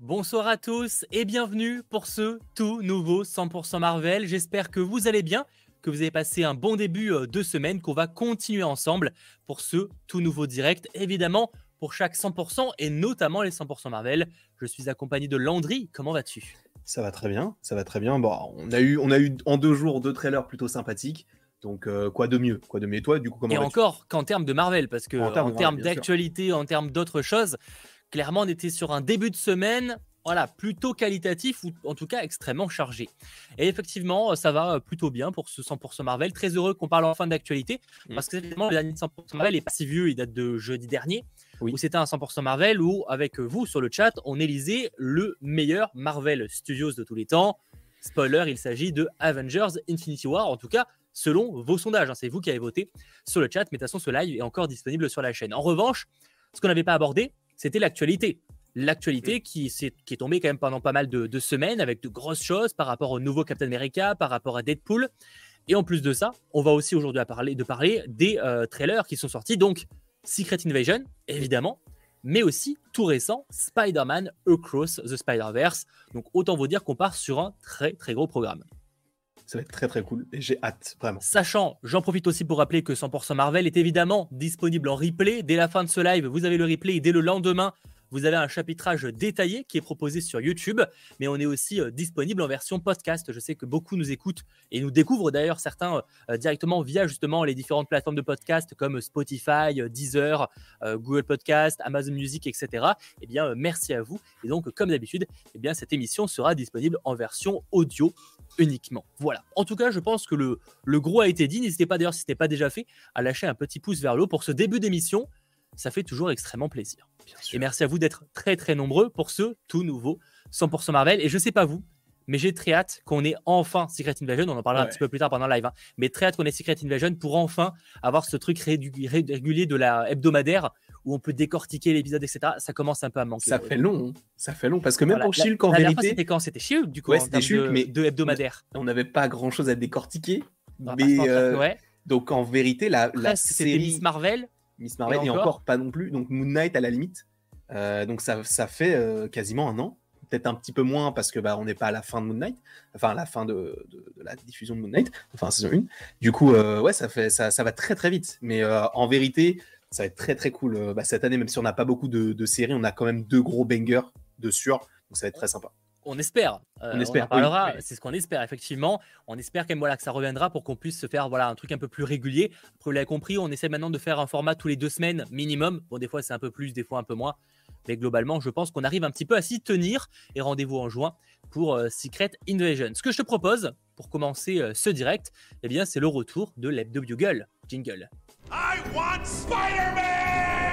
Bonsoir à tous et bienvenue pour ce tout nouveau 100% Marvel. J'espère que vous allez bien, que vous avez passé un bon début de semaine, qu'on va continuer ensemble pour ce tout nouveau direct. Évidemment, pour chaque 100% et notamment les 100% Marvel. Je suis accompagné de Landry. Comment vas-tu? Ça va très bien, ça va très bien. Bon, on a eu en 2 jours 2 trailers plutôt sympathiques. Donc quoi de mieux? Quoi de mieux? Et toi, du coup, Et comment vas-tu? encore qu'en termes de Marvel, parce En que termes en de Marvel, termes bien sûr. d'actualité, en termes d'autres choses, clairement, on était sur un début de semaine, voilà, plutôt qualitatif ou en tout cas extrêmement chargé. Et effectivement, ça va plutôt bien pour ce 100% Marvel. Très heureux qu'on parle enfin d'actualité, Mm. parce que évidemment, le dernier 100% Marvel est pas si vieux, il date de jeudi dernier, où Oui, c'était un 100% Marvel où, avec vous sur le chat, on élisait le meilleur Marvel Studios de tous les temps. Spoiler, il s'agit de Avengers Infinity War, en tout cas, selon vos sondages. C'est vous qui avez voté sur le chat, mais de toute façon, ce live est encore disponible sur la chaîne. En revanche, ce qu'on n'avait pas abordé, c'était l'actualité. L'actualité qui est tombée quand même pendant pas mal de semaines avec de grosses choses par rapport au nouveau Captain America, par rapport à Deadpool. Et en plus de ça, on va aussi aujourd'hui parler des trailers qui sont sortis. Donc, Secret Invasion, évidemment, mais aussi, tout récent, Spider-Man Across the Spider-Verse. Donc, autant vous dire qu'on part sur un très, très gros programme. ça va être très très cool. Et j'ai hâte, vraiment. Sachant, j'en profite aussi pour rappeler que 100% Marvel est évidemment disponible en replay. Dès la fin de ce live, vous avez le replay et dès le lendemain, vous avez un chapitrage détaillé qui est proposé sur YouTube, mais on est aussi disponible en version podcast. Je sais que beaucoup nous écoutent et nous découvrent d'ailleurs certains directement via justement les différentes plateformes de podcast comme Spotify, Deezer, Google Podcast, Amazon Music, etc. Eh bien, merci à vous. Et donc, comme d'habitude, eh bien, cette émission sera disponible en version audio uniquement. Voilà. En tout cas, je pense que le gros a été dit. N'hésitez pas d'ailleurs, si ce n'est pas déjà fait, à lâcher un petit pouce vers le haut pour ce début d'émission. Ça fait toujours extrêmement plaisir. Bien Et sûr. merci à vous d'être très très nombreux pour ce tout nouveau 100% Marvel. Et je sais pas vous, mais j'ai très hâte qu'on ait enfin Secret Invasion. On en parlera un petit peu plus tard pendant le live. Mais très hâte qu'on ait Secret Invasion pour enfin avoir ce truc régulier de la hebdomadaire où on peut décortiquer l'épisode, etc. Ça commence un peu à me manquer. Ça fait long, hein. Ça fait long. Parce que même Voilà. pour Shulk, en La dernière fois, vérité, c'était quand? C'était She-Hulk, du coup, ouais, en c'était termes Shulk, mais de hebdomadaire. on n'avait pas grand chose à décortiquer. On va pas se Mais mentir que ouais. donc en vérité, la Presque, c'était Miss série Marvel. Miss Marvel, et encore pas non plus. Donc Moon Knight à la limite. Donc ça fait quasiment un an. Peut-être un petit peu moins parce que on n'est pas à la fin de Moon Knight, enfin à la fin de la diffusion de Moon Knight, enfin saison 1. Du coup, ouais, ça va très très vite. Mais en vérité, ça va être très très cool. Cette année, même si on n'a pas beaucoup de séries, on a quand même 2 gros bangers de sûr. Donc ça va être très sympa. On espère. On On espère, en parlera. oui. C'est ce qu'on espère, effectivement. On espère quand même que ça reviendra pour qu'on puisse se faire un truc un peu plus régulier. Après, vous l'avez compris, on essaie maintenant de faire un format tous les 2 semaines minimum. Bon, des fois, c'est un peu plus, des fois un peu moins. Mais globalement, je pense qu'on arrive un petit peu à s'y tenir. Et rendez-vous en juin pour Secret Invasion. Ce que je te propose, pour commencer ce direct, eh bien, c'est le retour de l'Hebdo Bugle. Jingle. I want Spider-Man!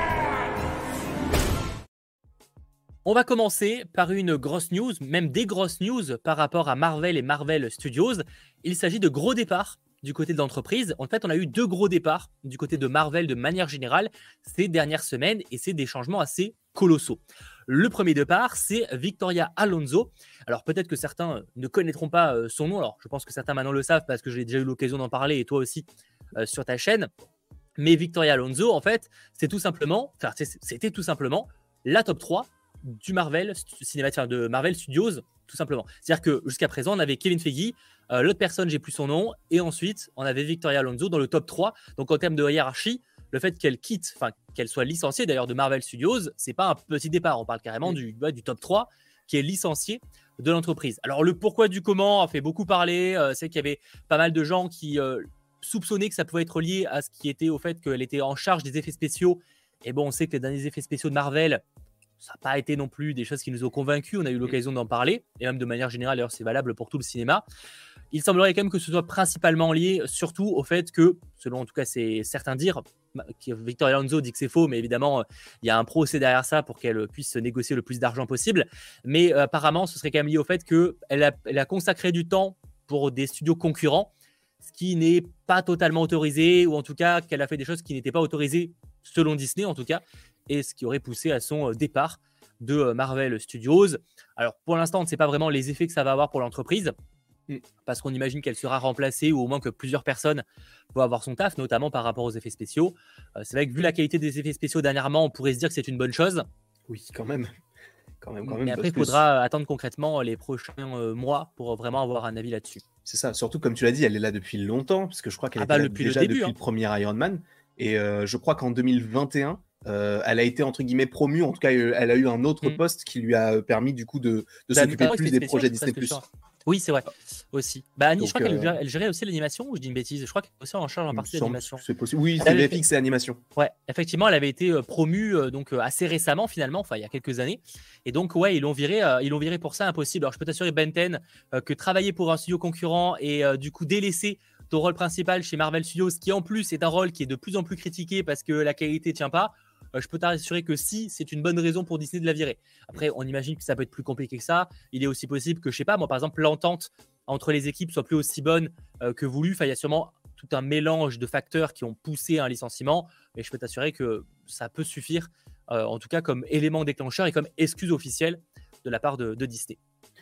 On va commencer par une grosse news, même des grosses news par rapport à Marvel et Marvel Studios. Il s'agit de gros départs du côté de l'entreprise. En fait, on a eu 2 gros départs du côté de Marvel de manière générale ces dernières semaines et c'est des changements assez colossaux. Le premier départ, c'est Victoria Alonso. Alors peut-être que certains ne connaîtront pas son nom. Alors je pense que certains maintenant le savent parce que j'ai déjà eu l'occasion d'en parler et toi aussi sur ta chaîne. Mais Victoria Alonso, en fait, c'était tout simplement la top 3 du Marvel cinématique de Marvel Studios, tout simplement. C'est-à-dire que jusqu'à présent, on avait Kevin Feige, l'autre personne, j'ai plus son nom, et ensuite, on avait Victoria Alonso dans le top 3. Donc, en termes de hiérarchie, le fait qu'elle quitte, enfin, qu'elle soit licenciée d'ailleurs de Marvel Studios, c'est pas un petit départ. On parle carrément du top 3 qui est licencié de l'entreprise. Alors, le pourquoi du comment a fait beaucoup parler. C'est qu'il y avait pas mal de gens qui soupçonnaient que ça pouvait être lié à ce qui était au fait qu'elle était en charge des effets spéciaux. Et bon, on sait que les derniers effets spéciaux de Marvel, ça n'a pas été non plus des choses qui nous ont convaincus. On a eu l'occasion d'en parler. Et même de manière générale, d'ailleurs, c'est valable pour tout le cinéma. Il semblerait quand même que ce soit principalement lié surtout au fait que, selon en tout cas c'est certains dire, Victoria Alonso dit que c'est faux, mais évidemment, il y a un procès derrière ça pour qu'elle puisse négocier le plus d'argent possible. Mais apparemment, ce serait quand même lié au fait qu'elle a consacré du temps pour des studios concurrents, ce qui n'est pas totalement autorisé, ou en tout cas qu'elle a fait des choses qui n'étaient pas autorisées selon Disney en tout cas, et ce qui aurait poussé à son départ de Marvel Studios. Alors pour l'instant, on ne sait pas vraiment les effets que ça va avoir pour l'entreprise, parce qu'on imagine qu'elle sera remplacée ou au moins que plusieurs personnes vont avoir son taf, notamment par rapport aux effets spéciaux. C'est vrai que vu la qualité des effets spéciaux dernièrement, on pourrait se dire que c'est une bonne chose. Oui, quand même. quand même Mais après, il plus. faudra attendre concrètement les prochains mois pour vraiment avoir un avis là-dessus. C'est ça, surtout comme tu l'as dit, elle est là depuis longtemps, parce que je crois qu'elle était là depuis le déjà début, depuis hein. le premier Iron Man. Et je crois qu'en 2021, elle a été entre guillemets promue. En tout cas, elle a eu un autre poste qui lui a permis du coup de s'occuper notamment plus effets des spéciaux, projets je suis Disney+. presque sûr. Oui, c'est vrai, aussi. Bah, Annie, je Donc, crois qu'elle gérait aussi l'animation, ou je dis une bêtise? Je crois qu'elle était aussi en charge en il me partie de semble l'animation. que c'est possible. Oui, Elle c'est avait VFX et animation. Ouais, effectivement, elle avait été promue donc assez récemment finalement, enfin il y a quelques années. Et donc ouais, ils l'ont viré pour ça, impossible. Alors je peux t'assurer Benten que travailler pour un studio concurrent et du coup délaisser ton rôle principal chez Marvel Studios, qui en plus est un rôle qui est de plus en plus critiqué parce que la qualité tient pas. Je peux t'assurer que si, c'est une bonne raison pour Disney de la virer. Après, on imagine que ça peut être plus compliqué que ça. Il est aussi possible que, je sais pas, moi par exemple, l'entente entre les équipes soit plus aussi bonne que voulu. Enfin, il y a sûrement tout un mélange de facteurs qui ont poussé un licenciement, mais je peux t'assurer que ça peut suffire, en tout cas comme élément déclencheur et comme excuse officielle de la part de Disney.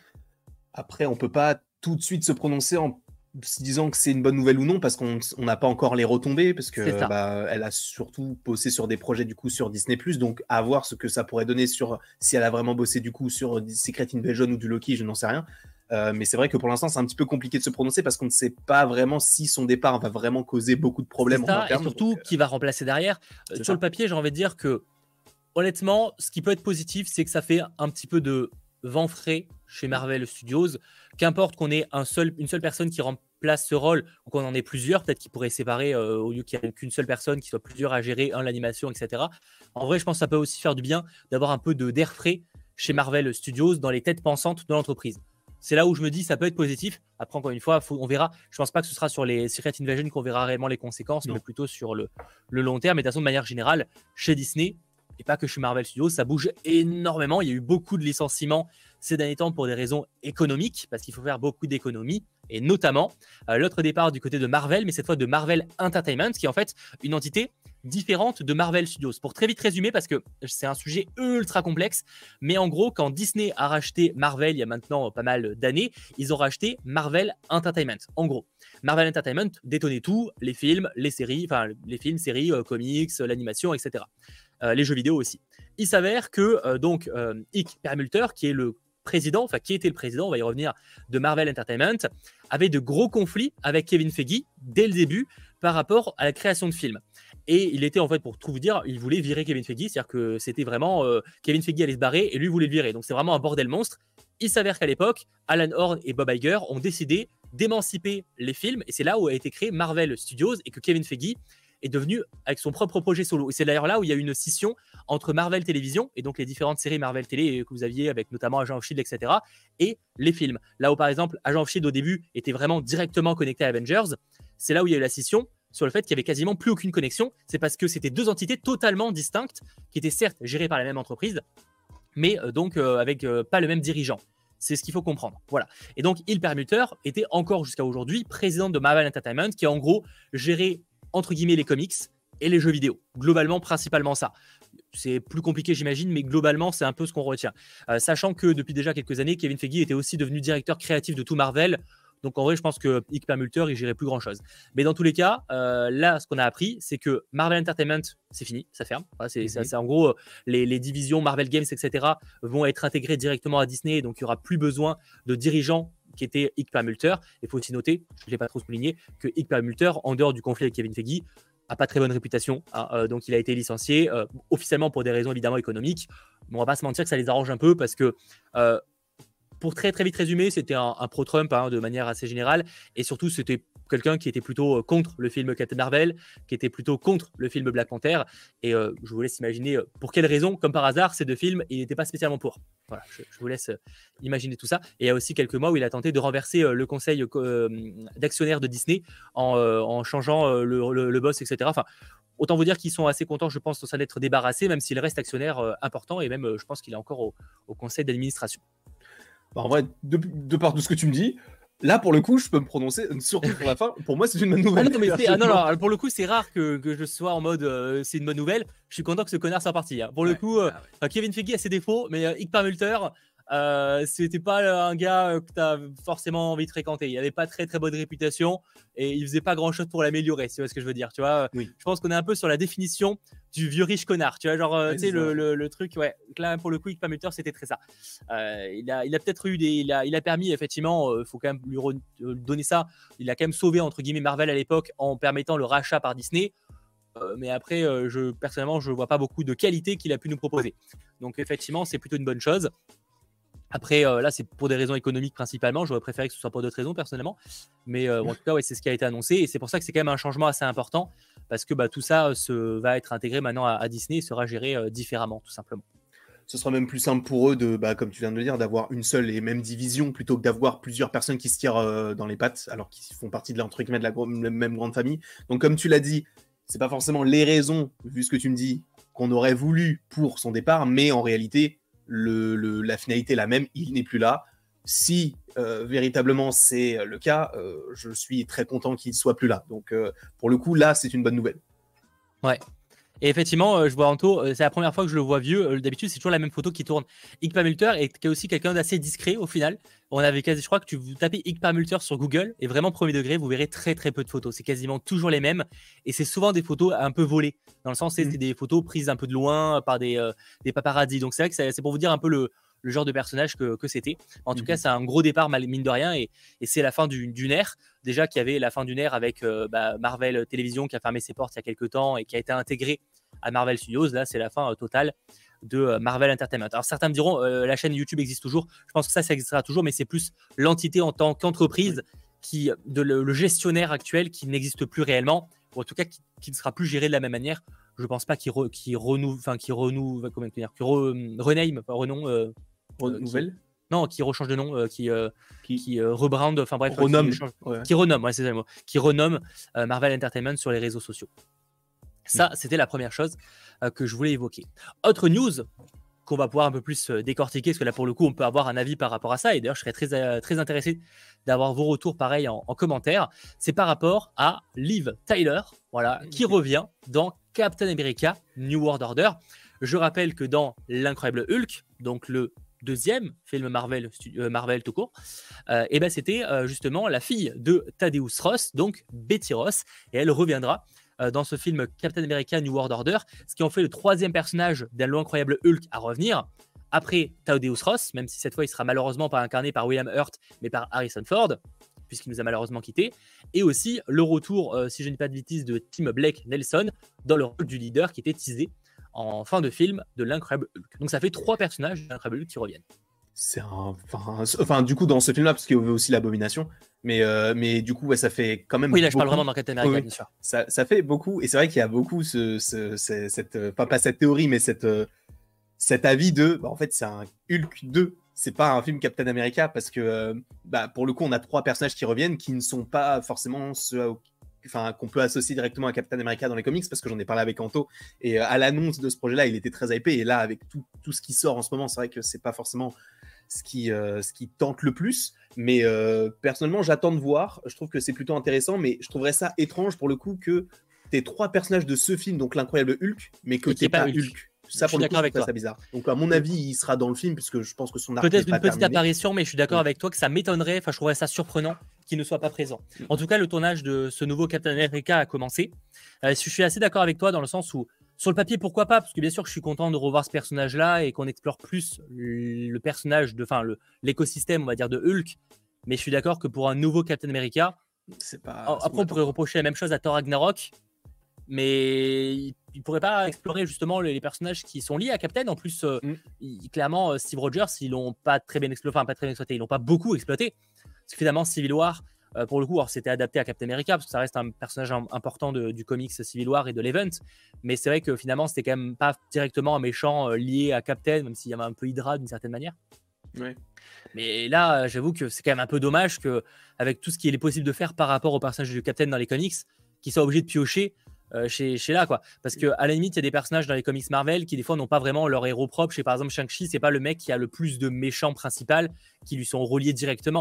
Après, on peut pas tout de suite se prononcer en se disant que c'est une bonne nouvelle ou non, parce qu'on n'a pas encore les retombées, parce que elle a surtout bossé sur des projets du coup sur Disney+, donc à voir ce que ça pourrait donner sur si elle a vraiment bossé du coup sur Secret Invasion ou du Loki, je n'en sais rien. Mais c'est vrai que pour l'instant, c'est un petit peu compliqué de se prononcer parce qu'on ne sait pas vraiment si son départ va vraiment causer beaucoup de problèmes en interne. Et surtout, qui va remplacer derrière. Sur le papier, j'ai envie de dire que, honnêtement, ce qui peut être positif, c'est que ça fait un petit peu de vent frais chez Marvel Studios. Qu'importe qu'on ait une seule personne qui remplace ce rôle ou qu'on en ait plusieurs, peut-être qu'ils pourraient séparer au lieu qu'il n'y ait qu'une seule personne, qui soit plusieurs à gérer l'animation, etc. En vrai, je pense que ça peut aussi faire du bien d'avoir un peu d'air frais chez Marvel Studios dans les têtes pensantes de l'entreprise. C'est là où je me dis ça peut être positif. Après, encore une fois, on verra. Je pense pas que ce sera sur les Secret Invasion qu'on verra réellement les conséquences, mais plutôt sur le long terme. Mais de toute façon, de manière générale, chez Disney, et pas que chez Marvel Studios, ça bouge énormément. Il y a eu beaucoup de licenciements ces derniers temps pour des raisons économiques, parce qu'il faut faire beaucoup d'économies, et notamment l'autre départ du côté de Marvel, mais cette fois de Marvel Entertainment, qui est en fait une entité différente de Marvel Studios. Pour très vite résumer, parce que c'est un sujet ultra complexe, mais en gros, quand Disney a racheté Marvel il y a maintenant pas mal d'années, ils ont racheté Marvel Entertainment. En gros, Marvel Entertainment détenait tout, les films, les séries, séries, comics, l'animation, etc. Les jeux vidéo aussi. Il s'avère que Ike Perlmutter, qui est le président, qui était le président, on va y revenir, de Marvel Entertainment, avait de gros conflits avec Kevin Feige dès le début par rapport à la création de films. Et il était en fait, pour tout vous dire, il voulait virer Kevin Feige, c'est-à-dire que c'était vraiment Kevin Feige allait se barrer et lui voulait le virer. Donc c'est vraiment un bordel monstre. Il s'avère qu'à l'époque, Alan Horn et Bob Iger ont décidé d'émanciper les films et c'est là où a été créé Marvel Studios et que Kevin Feige est devenu avec son propre projet solo. Et c'est d'ailleurs là où il y a eu une scission entre Marvel Télévision, et donc les différentes séries Marvel Télé que vous aviez avec notamment Agent of S.H.I.E.L.D., etc., et les films. Là où par exemple Agent of S.H.I.E.L.D. au début était vraiment directement connecté à Avengers, c'est là où il y a eu la scission sur le fait qu'il n'y avait quasiment plus aucune connexion. C'est parce que c'était deux entités totalement distinctes, qui étaient certes gérées par la même entreprise, mais avec pas le même dirigeant. C'est ce qu'il faut comprendre. Voilà. Et donc, Il Perlmutter était encore jusqu'à aujourd'hui président de Marvel Entertainment, qui a en gros géré entre guillemets les comics et les jeux vidéo. Globalement, principalement ça. C'est plus compliqué, j'imagine, mais globalement, c'est un peu ce qu'on retient. Sachant que depuis déjà quelques années, Kevin Feige était aussi devenu directeur créatif de tout Marvel. Donc en vrai, je pense que Ike Perlmutter, il gérait plus grand-chose. Mais dans tous les cas, là, ce qu'on a appris, c'est que Marvel Entertainment, c'est fini, ça ferme. Voilà, c'est en gros, les divisions Marvel Games, etc., vont être intégrées directement à Disney. Donc il n'y aura plus besoin de dirigeants qui était Ike Perlmutter. Il faut aussi noter, je ne l'ai pas trop souligné, que Ike Perlmutter, en dehors du conflit avec Kevin Feige, n'a pas très bonne réputation. Donc il a été licencié, officiellement pour des raisons évidemment économiques. Mais on ne va pas se mentir que ça les arrange un peu parce que, pour très très vite résumer, c'était un pro-Trump de manière assez générale. Et surtout, c'était quelqu'un qui était plutôt contre le film Captain Marvel, qui était plutôt contre le film Black Panther. Et je vous laisse imaginer pour quelles raisons, comme par hasard, ces deux films, il n'était pas spécialement pour. Voilà, je vous laisse imaginer tout ça. Et il y a aussi quelques mois où il a tenté de renverser le conseil d'actionnaires de Disney en changeant le boss, etc. Enfin, autant vous dire qu'ils sont assez contents, je pense, de s'en être débarrassés, même s'il reste actionnaire important. Et même, je pense qu'il est encore au conseil d'administration. En vrai, de part de ce que tu me dis, là, pour le coup, je peux me prononcer, surtout pour la fin. Pour moi, c'est une bonne nouvelle. Non, pour le coup, c'est rare que je sois en mode c'est une bonne nouvelle. Je suis content que ce connard soit parti. Pour le coup, Kevin Feige a ses défauts, mais Ike Perlmutter, C'était pas un gars que tu as forcément envie de fréquenter. Il avait pas très très bonne réputation et il faisait pas grand chose pour l'améliorer, si tu vois ce que je veux dire. Tu vois, Oui. je pense qu'on est un peu sur la définition du vieux riche connard. Tu vois, genre, Ouais, tu sais, c'est ça. le truc, ouais. Là, pour le coup, Ike Perlmutter, c'était très ça. Il a peut-être eu il a permis, effectivement, il faut quand même lui donner ça. Il a quand même sauvé, entre guillemets, Marvel à l'époque en permettant le rachat par Disney. Mais après, personnellement, je vois pas beaucoup de qualité qu'il a pu nous proposer. Donc, effectivement, c'est plutôt une bonne chose. Après, là, c'est pour des raisons économiques principalement. J'aurais préféré que ce soit pour d'autres raisons, personnellement. Mais en tout cas, ouais, c'est ce qui a été annoncé. Et c'est pour ça que c'est quand même un changement assez important. Parce que tout ça va être intégré maintenant à Disney et sera géré différemment, tout simplement. Ce sera même plus simple pour eux de, comme tu viens de le dire, d'avoir une seule et même division plutôt que d'avoir plusieurs personnes qui se tirent dans les pattes alors qu'ils font partie de la, entre guillemets, de la même grande famille. Donc, comme tu l'as dit, c'est pas forcément les raisons, vu ce que tu me dis, qu'on aurait voulu pour son départ, mais en réalité, la finalité est la même, il n'est plus là. Si véritablement c'est le cas, je suis très content qu'il soit plus là. Donc, pour le coup, là, c'est une bonne nouvelle. Ouais. Et effectivement, je vois Anto, c'est la première fois que je le vois vieux. D'habitude, c'est toujours la même photo qui tourne. Ike Perlmutter est aussi quelqu'un d'assez discret au final. Je crois que tu vous tapez Ike Perlmutter sur Google et vraiment premier degré, vous verrez très très peu de photos. C'est quasiment toujours les mêmes et c'est souvent des photos un peu volées. Dans le sens, c'est des photos prises un peu de loin par des paparazzis. Donc c'est vrai que c'est pour vous dire un peu le genre de personnage que c'était. En tout cas, c'est un gros départ, mine de rien, et c'est la fin d'une ère. Déjà qu'il y avait la fin d'une ère avec Marvel Télévision qui a fermé ses portes il y a quelques temps et qui a été intégré à Marvel Studios. Là, c'est la fin totale de Marvel Entertainment. Alors certains me diront, la chaîne YouTube existe toujours. Je pense que ça existera toujours, mais c'est plus l'entité en tant qu'entreprise, le gestionnaire actuel qui n'existe plus réellement, ou en tout cas qui ne sera plus géré de la même manière. Je pense pas qu'il non, qui rechange de nom, qui rebrand, enfin bref, qui renomme, ouais, c'est ça le mot, qui renomme Marvel Entertainment sur les réseaux sociaux. Ça, c'était la première chose que je voulais évoquer. Autre news qu'on va pouvoir un peu plus décortiquer, parce que là, pour le coup, on peut avoir un avis par rapport à ça. Et d'ailleurs, je serais très intéressé d'avoir vos retours pareil en commentaire. C'est par rapport à Liv Tyler, voilà, qui revient dans Captain America New World Order. Je rappelle que dans l'Incroyable Hulk, donc le deuxième film Marvel tout court, c'était justement la fille de Thaddeus Ross, donc Betty Ross, et elle reviendra dans ce film Captain America New World Order, ce qui en fait le troisième personnage d'un l'incroyable Hulk à revenir, après Thaddeus Ross, même si cette fois il sera malheureusement pas incarné par William Hurt, mais par Harrison Ford, puisqu'il nous a malheureusement quittés, et aussi le retour, si je ne dis pas de bêtises, de Tim Blake Nelson dans le rôle du leader qui était teasé en fin de film de l'incroyable Hulk. Donc ça fait 3 personnages de l'incroyable Hulk qui reviennent. C'est du coup dans ce film-là, parce qu'il y avait aussi l'Abomination, mais du coup, ouais, ça fait quand même. Oui, là, beaucoup. je parle vraiment dans Captain America, bien sûr. Ça fait beaucoup, et c'est vrai qu'il y a beaucoup pas cette théorie, mais cet avis de, en fait, c'est un Hulk 2. C'est pas un film Captain America, parce que, pour le coup, on a 3 personnages qui reviennent qui ne sont pas forcément ceux qu'on peut associer directement à Captain America dans les comics, parce que j'en ai parlé avec Anto, et à l'annonce de ce projet-là, il était très hypé, et là, avec tout ce qui sort en ce moment, c'est vrai que c'est pas forcément ce qui tente le plus, mais personnellement j'attends de voir. Je trouve que c'est plutôt intéressant, mais je trouverais ça étrange pour le coup que t'aies 3 personnages de ce film, donc l'incroyable Hulk, mais que t'aies pas Hulk. Ça, pour le coup, c'est bizarre. Donc à mon avis il sera dans le film, puisque je pense que son arc peut-être une petite apparition, mais je suis d'accord avec toi que ça m'étonnerait, je trouverais ça surprenant qu'il ne soit pas présent. En tout cas, le tournage de ce nouveau Captain America a commencé. Je suis assez d'accord avec toi dans le sens où sur le papier, pourquoi pas, parce que bien sûr que je suis content de revoir ce personnage-là et qu'on explore plus le personnage, l'écosystème, on va dire, de Hulk. Mais je suis d'accord que pour un nouveau Captain America, après on pourrait reprocher la même chose à Thor Ragnarok, mais il pourrait pas explorer justement les personnages qui sont liés à Captain. En plus, clairement, Steve Rogers, ils l'ont pas très bien exploité, ils l'ont pas beaucoup exploité. Parce que finalement, Civil War, pour le coup, alors c'était adapté à Captain America parce que ça reste un personnage important du comics Civil War et de l'event, mais c'est vrai que finalement c'était quand même pas directement un méchant lié à Captain, même s'il y avait un peu Hydra d'une certaine manière. Ouais. Mais là, j'avoue que c'est quand même un peu dommage que, avec tout ce qu'il est possible de faire par rapport au personnage de Captain dans les comics, qu'il soit obligé de piocher chez là, quoi. Parce que à la limite, il y a des personnages dans les comics Marvel qui des fois n'ont pas vraiment leur héros propre. Par exemple, Shang-Chi, c'est pas le mec qui a le plus de méchants principaux qui lui sont reliés directement.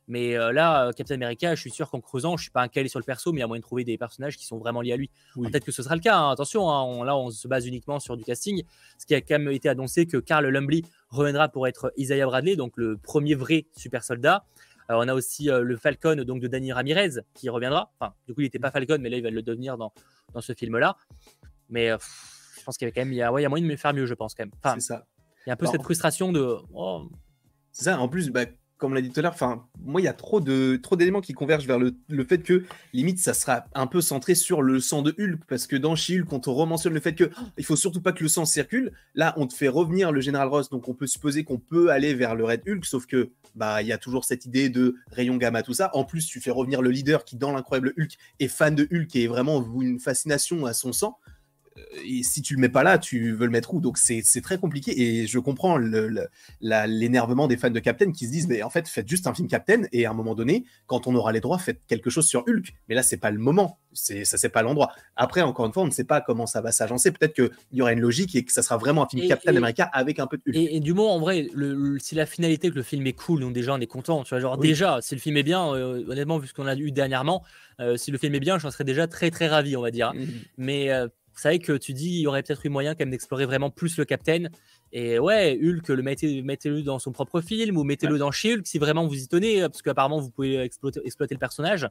Mais là, Captain America, je suis sûr qu'en creusant, je suis pas un calé sur le perso, mais il y a moyen de trouver des personnages qui sont vraiment liés à lui. Oui. Peut-être que ce sera le cas, hein. Attention, hein, là on se base uniquement sur du casting. Ce qui a quand même été annoncé que Carl Lumbly reviendra pour être Isaiah Bradley, donc le premier vrai super soldat. On a aussi le Falcon donc de Danny Ramirez qui reviendra. Enfin, du coup, il n'était pas Falcon, mais là, il va le devenir dans ce film-là. Mais je pense qu'il y a quand même, il y a moyen de me faire mieux, je pense quand même. Enfin, c'est ça. il y a un peu cette frustration de. Oh. C'est ça. En plus, comme on l'a dit tout à l'heure, moi, il y a trop d'éléments qui convergent vers le fait que, limite, ça sera un peu centré sur le sang de Hulk, parce que dans She-Hulk, quand on rementionne le fait que il faut surtout pas que le sang circule, là, on te fait revenir le général Ross, donc on peut supposer qu'on peut aller vers le Red Hulk, sauf que, il y a toujours cette idée de rayon gamma, tout ça. En plus, tu fais revenir le leader qui, dans l'incroyable Hulk, est fan de Hulk et est vraiment une fascination à son sang. Et si tu le mets pas là, tu veux le mettre où? Donc c'est très compliqué et je comprends l'énervement des fans de Captain qui se disent mais en fait faites juste un film Captain et à un moment donné quand on aura les droits faites quelque chose sur Hulk, mais là c'est pas le moment, c'est pas l'endroit. Après encore une fois on ne sait pas comment ça va s'agencer, peut-être qu'il y aura une logique et que ça sera vraiment un film Captain America avec un peu de Hulk. Et du moment en vrai si la finalité que le film est cool, donc déjà on est content, tu vois, genre déjà si le film est bien, honnêtement vu ce qu'on a eu dernièrement, si le film est bien j'en serais déjà très très ravi on va dire. Mais vous savez que tu dis il y aurait peut-être eu moyen quand même d'explorer vraiment plus le Captain. Et ouais, Hulk, mettez-le dans son propre film ou mettez-le dans She-Hulk si vraiment vous y tenez, parce qu'apparemment vous pouvez exploiter le personnage.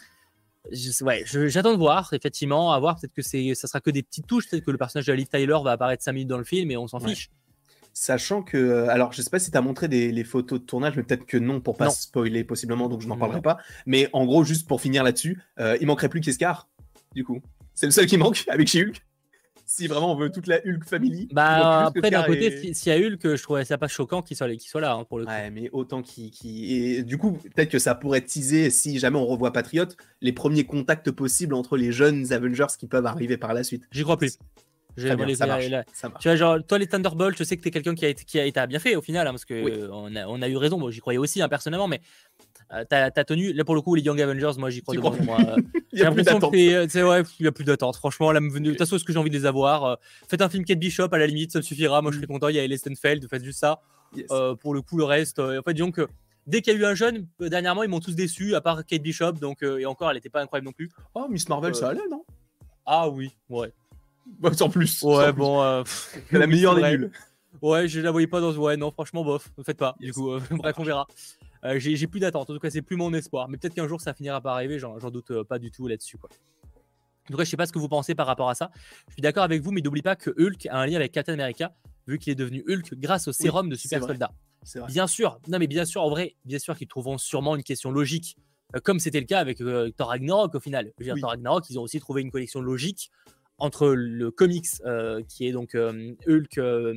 J'attends de voir, effectivement, à voir. Peut-être que ça sera que des petites touches. Peut-être que le personnage de Liv Tyler va apparaître 5 minutes dans le film et on s'en fiche. Sachant que, alors je sais pas si tu as montré les photos de tournage, mais peut-être que non, pour pas spoiler possiblement, donc je n'en parlerai pas. Mais en gros, juste pour finir là-dessus, il manquerait plus qu'Escar, du coup. C'est le seul qui manque avec She-Hulk. Si vraiment on veut toute la Hulk family. Après, d'un côté, s'il y a Hulk, je trouvais ça pas choquant qu'il soit là, hein, pour le coup. Ouais, mais autant et du coup, peut-être que ça pourrait teaser, si jamais on revoit Patriot, les premiers contacts possibles entre les jeunes Avengers qui peuvent arriver par la suite. J'y crois plus. Ça marche. Tu vois, genre, toi, les Thunderbolts, je sais que t'es quelqu'un qui a été bien fait au final, hein, parce que on a eu raison. Moi, j'y croyais aussi, hein, personnellement, mais t'as tenu. Là, pour le coup, les Young Avengers, moi, j'y crois de moi. J'ai l'impression qu'il y a plus d'attente. Franchement, là, de toute façon, est-ce que j'ai envie de les avoir? Faites un film Kate Bishop, à la limite, ça me suffira. Moi, je serais content. Il y a Ellie Stenfeld, faites juste ça. Yes. Pour le coup, le reste, en fait, disons que dès qu'il y a eu un jeune, dernièrement, ils m'ont tous déçu, à part Kate Bishop, donc, et encore, elle n'était pas incroyable non plus. Oh, Miss Marvel, ça allait, non? Ah oui, ouais. Sans plus. Ouais, sans bon. C'est la meilleure des nuls. Ouais, je la voyais pas dans. Ouais, non, franchement, bof. Ne faites pas. Du coup, bref, on verra. J'ai plus d'attente. En tout cas, c'est plus mon espoir. Mais peut-être qu'un jour, ça finira par arriver. J'en doute pas du tout là-dessus, quoi. En tout cas, je sais pas ce que vous pensez par rapport à ça. Je suis d'accord avec vous, mais n'oublie pas que Hulk a un lien avec Captain America, vu qu'il est devenu Hulk grâce au sérum de super soldat. Bien sûr. Non, mais bien sûr, en vrai, bien sûr qu'ils trouveront sûrement une question logique, comme c'était le cas avec Thor Ragnarok au final. Je veux dire, Thor Ragnarok, ils ont aussi trouvé une connexion logique entre le comics qui est donc Hulk,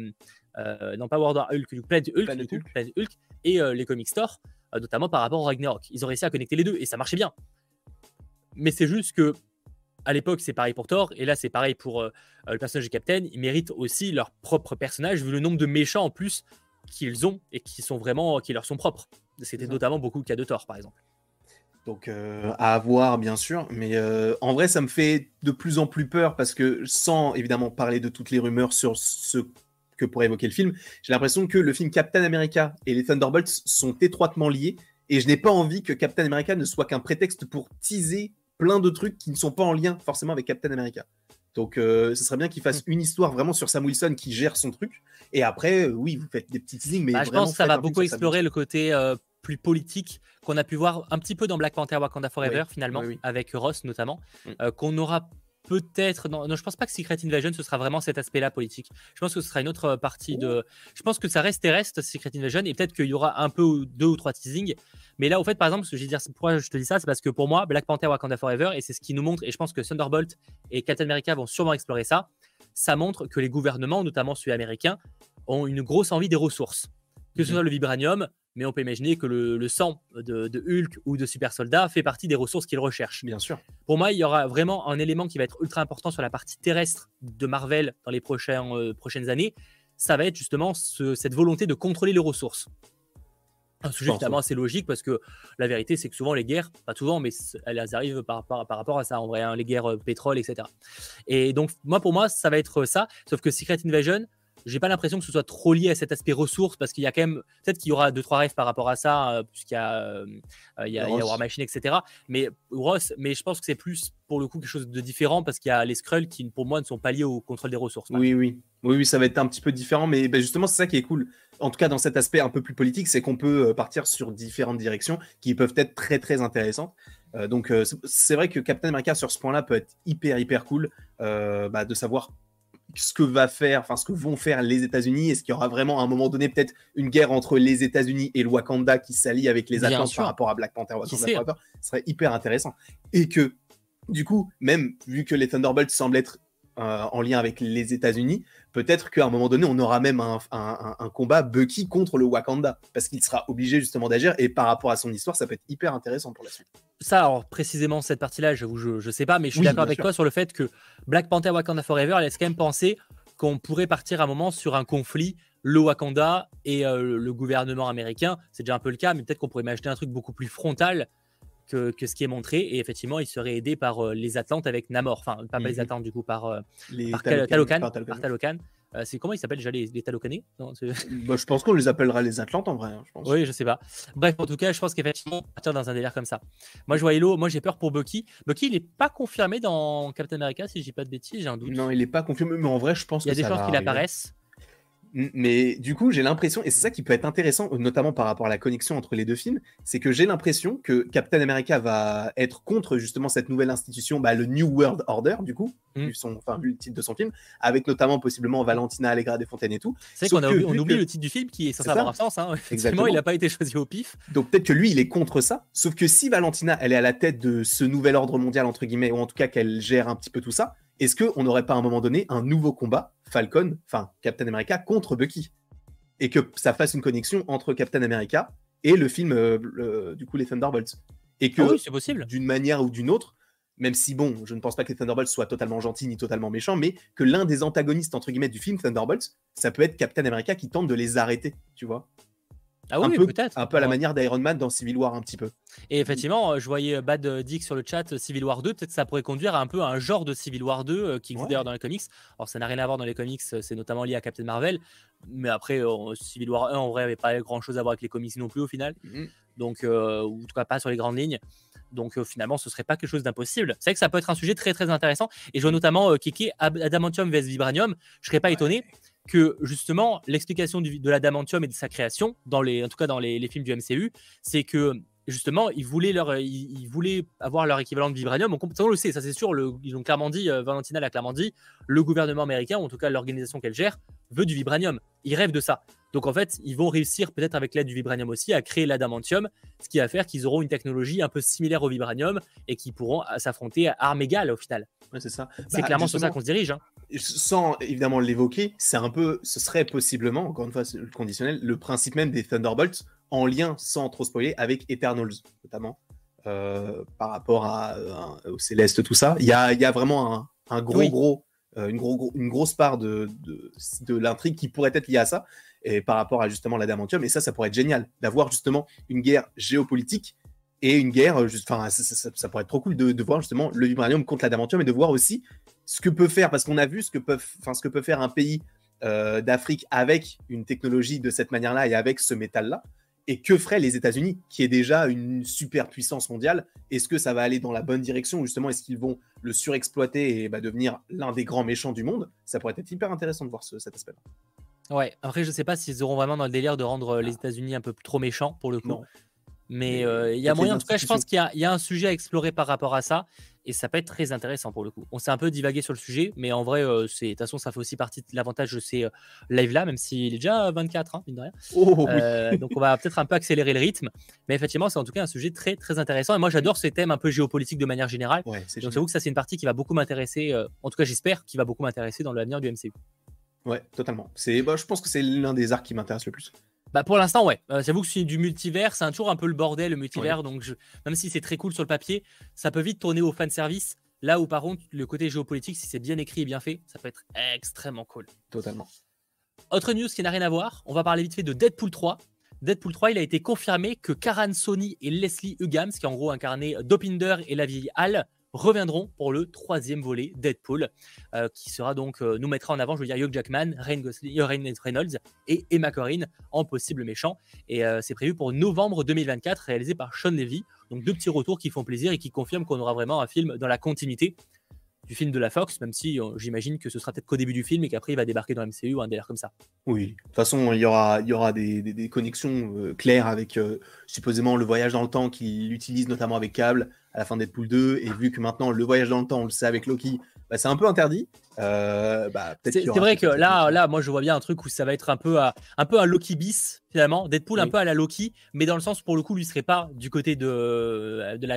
non pas World War Hulk, Planet Hulk et les comics Thor, notamment par rapport au Ragnarok. Ils ont réussi à connecter les deux et ça marchait bien. Mais c'est juste que à l'époque c'est pareil pour Thor et là c'est pareil pour le personnage de Captain. Ils méritent aussi leur propre personnage vu le nombre de méchants en plus qu'ils ont et qui leur sont propres. C'était notamment beaucoup le cas de Thor par exemple. Donc à voir bien sûr, mais en vrai ça me fait de plus en plus peur parce que sans évidemment parler de toutes les rumeurs sur ce que pourrait évoquer le film, j'ai l'impression que le film Captain America et les Thunderbolts sont étroitement liés et je n'ai pas envie que Captain America ne soit qu'un prétexte pour teaser plein de trucs qui ne sont pas en lien forcément avec Captain America. Donc ce serait bien qu'il fasse une histoire vraiment sur Sam Wilson qui gère son truc et après oui vous faites des petits teasings mais je pense que ça va beaucoup explorer le côté plus politique qu'on a pu voir un petit peu dans Black Panther Wakanda Forever finalement avec Ross notamment qu'on aura peut-être non, je pense pas que Secret Invasion ce sera vraiment cet aspect-là politique. Je pense que ce sera une autre partie de. Je pense que ça reste Secret Invasion et peut-être qu'il y aura un peu 2 ou 3 teasings. Mais là, au fait, par exemple, ce que je veux dire, pourquoi je te dis ça, c'est parce que pour moi, Black Panther Wakanda Forever et c'est ce qui nous montre, et je pense que Thunderbolt et Captain America vont sûrement explorer ça. Ça montre que les gouvernements, notamment celui américain, ont une grosse envie des ressources, que ce soit le vibranium. Mais on peut imaginer que le sang de Hulk ou de super soldat fait partie des ressources qu'ils recherchent. Bien sûr. Pour moi, il y aura vraiment un élément qui va être ultra important sur la partie terrestre de Marvel dans les prochaines années. Ça va être justement cette volonté de contrôler les ressources. Un sujet finalement assez logique parce que la vérité, c'est que souvent les guerres, pas souvent, mais elles arrivent par rapport à ça en vrai, hein, les guerres pétrole, etc. Et donc, pour moi, ça va être ça. Sauf que Secret Invasion, j'ai pas l'impression que ce soit trop lié à cet aspect ressources parce qu'il y a quand même peut-être qu'il y aura 2-3 rêves par rapport à ça puisqu'il y a il y a War Machine, etc. Mais Ross, mais je pense que c'est plus pour le coup quelque chose de différent parce qu'il y a les Skrulls qui pour moi ne sont pas liés au contrôle des ressources. Oui, ça va être un petit peu différent, mais justement c'est ça qui est cool. En tout cas dans cet aspect un peu plus politique, c'est qu'on peut partir sur différentes directions qui peuvent être très très intéressantes. Donc c'est vrai que Captain America sur ce point-là peut être hyper cool de savoir ce que vont faire les États-Unis. Est-ce qu'il y aura vraiment à un moment donné peut-être une guerre entre les États-Unis et le Wakanda qui s'allie avec les Atlantes par rapport à Black Panther, Wakanda Forever? Ce serait hyper intéressant. Et que du coup, même vu que les Thunderbolts semblent être en lien avec les États-Unis, peut-être qu'à un moment donné, on aura même un combat Bucky contre le Wakanda, parce qu'il sera obligé justement d'agir, et par rapport à son histoire, ça peut être hyper intéressant pour la suite. Ça, alors précisément cette partie-là, je sais pas, mais je suis d'accord avec toi sur le fait que Black Panther Wakanda Forever laisse quand même penser qu'on pourrait partir à un moment sur un conflit, le Wakanda et le gouvernement américain. C'est déjà un peu le cas, mais peut-être qu'on pourrait imaginer un truc beaucoup plus frontal que ce qui est montré, et effectivement il serait aidé par les Atlantes avec Namor, enfin pas les Atlantes du coup, par Talokan. C'est comment ils s'appellent déjà les Talokanais? Je pense qu'on les appellera les Atlantes en vrai, je pense. Oui, je sais pas. Bref, en tout cas, je pense qu'effectivement, partir dans un délire comme ça. Moi, je vois Hello, moi j'ai peur pour Bucky. Bucky, il est pas confirmé dans Captain America, si je dis pas de bêtises, j'ai un doute. Non, il est pas confirmé, mais en vrai, je pense qu'il y a des chances qu'il apparaisse. Mais du coup, j'ai l'impression, et c'est ça qui peut être intéressant, notamment par rapport à la connexion entre les deux films, c'est que j'ai l'impression que Captain America va être contre justement cette nouvelle institution, le New World Order, du coup, vu le titre de son film, avec notamment possiblement Valentina Allegra Desfontaines et tout. C'est qu'on oublie le titre du film qui est censé avoir un sens. Effectivement, il n'a pas été choisi au pif. Donc peut-être que lui, il est contre ça, sauf que si Valentina, elle est à la tête de ce nouvel ordre mondial, entre guillemets, ou en tout cas qu'elle gère un petit peu tout ça, est-ce qu'on n'aurait pas à un moment donné un nouveau combat Captain America contre Bucky, et que ça fasse une connexion entre Captain America et le film du coup les Thunderbolts, et que c'est possible, d'une manière ou d'une autre, même si je ne pense pas que les Thunderbolts soient totalement gentils ni totalement méchants, mais que l'un des antagonistes entre guillemets du film Thunderbolts, ça peut être Captain America qui tente de les arrêter, tu vois. Peut-être. Un peu à la manière d'Iron Man dans Civil War un petit peu. Et effectivement, je voyais Bad Dick sur le chat, Civil War 2, peut-être que ça pourrait conduire à un peu un genre de Civil War 2 qui existe d'ailleurs dans les comics. Alors ça n'a rien à voir dans les comics, c'est notamment lié à Captain Marvel, mais après Civil War 1 en vrai avait pas grand chose à voir avec les comics non plus au final. Donc ou en tout cas pas sur les grandes lignes. Donc finalement ce serait pas quelque chose d'impossible. C'est vrai que ça peut être un sujet très très intéressant, et je vois notamment Kiki Adamantium vs Vibranium. Je serais pas étonné que justement l'explication de l'adamantium et de sa création, en tout cas dans les films du MCU, c'est que justement ils voulaient avoir leur équivalent de vibranium. On le sait, ça c'est sûr, ils ont clairement dit, Valentina l'a clairement dit, le gouvernement américain, ou en tout cas l'organisation qu'elle gère, veut du vibranium. Ils rêvent de ça. Donc en fait, ils vont réussir peut-être avec l'aide du vibranium aussi à créer l'adamantium, ce qui va faire qu'ils auront une technologie un peu similaire au vibranium et qu'ils pourront s'affronter à armes égales au final. Ouais, c'est ça. C'est clairement sur ça qu'on se dirige. Sans évidemment l'évoquer, ce serait possiblement, encore une fois, le conditionnel, le principe même des Thunderbolts en lien, sans trop spoiler, avec Eternals, notamment, par rapport au Céleste, tout ça. Il y a vraiment une grosse part de l'intrigue qui pourrait être liée à ça, et par rapport à justement l'adamantium, et ça pourrait être génial, d'avoir justement une guerre géopolitique et une guerre, ça pourrait être trop cool de voir justement le vibranium contre l'adamantium, et de voir aussi ce que peut faire, parce qu'on a vu ce que peut faire un pays d'Afrique avec une technologie de cette manière-là et avec ce métal-là, et que feraient les États-Unis, qui est déjà une super puissance mondiale. Est-ce que ça va aller dans la bonne direction, ou justement est-ce qu'ils vont le surexploiter et devenir l'un des grands méchants du monde? Ça pourrait être hyper intéressant de voir cet aspect-là. Ouais, après je sais pas s'ils auront vraiment dans le délire de rendre les États-Unis un peu trop méchants pour le coup. Non. Mais il y a moyen, en tout cas je pense qu'il y a un sujet à explorer par rapport à ça, et ça peut être très intéressant pour le coup. On s'est un peu divagué sur le sujet, mais en vrai de toute façon ça fait aussi partie de l'avantage de ces lives là, même s'il est déjà 24 mine de rien. Donc on va peut-être un peu accélérer le rythme, mais effectivement c'est en tout cas un sujet très très intéressant, et moi j'adore ces thèmes un peu géopolitiques de manière générale. Donc j'avoue que ça c'est une partie qui va beaucoup m'intéresser, en tout cas j'espère qu'il va beaucoup m'intéresser dans l'avenir du MCU. Ouais, totalement. Je pense que c'est l'un des arcs qui m'intéresse le plus. Pour l'instant, ouais. J'avoue que c'est du multivers, c'est toujours un peu le bordel, le multivers. Donc, même si c'est très cool sur le papier, ça peut vite tourner au fanservice. Là où, par contre, le côté géopolitique, si c'est bien écrit et bien fait, ça peut être extrêmement cool. Totalement. Autre news qui n'a rien à voir, on va parler vite fait de Deadpool 3. Deadpool 3, il a été confirmé que Karan Soni et Leslie Uggams, qui en gros incarnaient Dopinder et la vieille Hal, reviendront pour le 3e volet Deadpool, qui sera donc nous mettra en avant, je veux dire, Hugh Jackman, Ryan Reynolds et Emma Corrin en possible méchant. Et c'est prévu pour novembre 2024, réalisé par Sean Levy. Donc 2 petits retours qui font plaisir et qui confirment qu'on aura vraiment un film dans la continuité du film de la Fox, même si j'imagine que ce sera peut-être qu'au début du film et qu'après il va débarquer dans le MCU ou un délire comme ça. Oui, de toute façon, il y aura des connexions claires avec supposément le voyage dans le temps qu'il utilise notamment avec Cable à la fin de Deadpool 2, et vu que maintenant le voyage dans le temps, on le sait avec Loki, bah, c'est un peu interdit. C'est vrai que là, moi je vois bien un truc où ça va être un peu un Loki bis finalement, Deadpool un peu à la Loki, mais dans le sens pour le coup lui serait pas du côté de la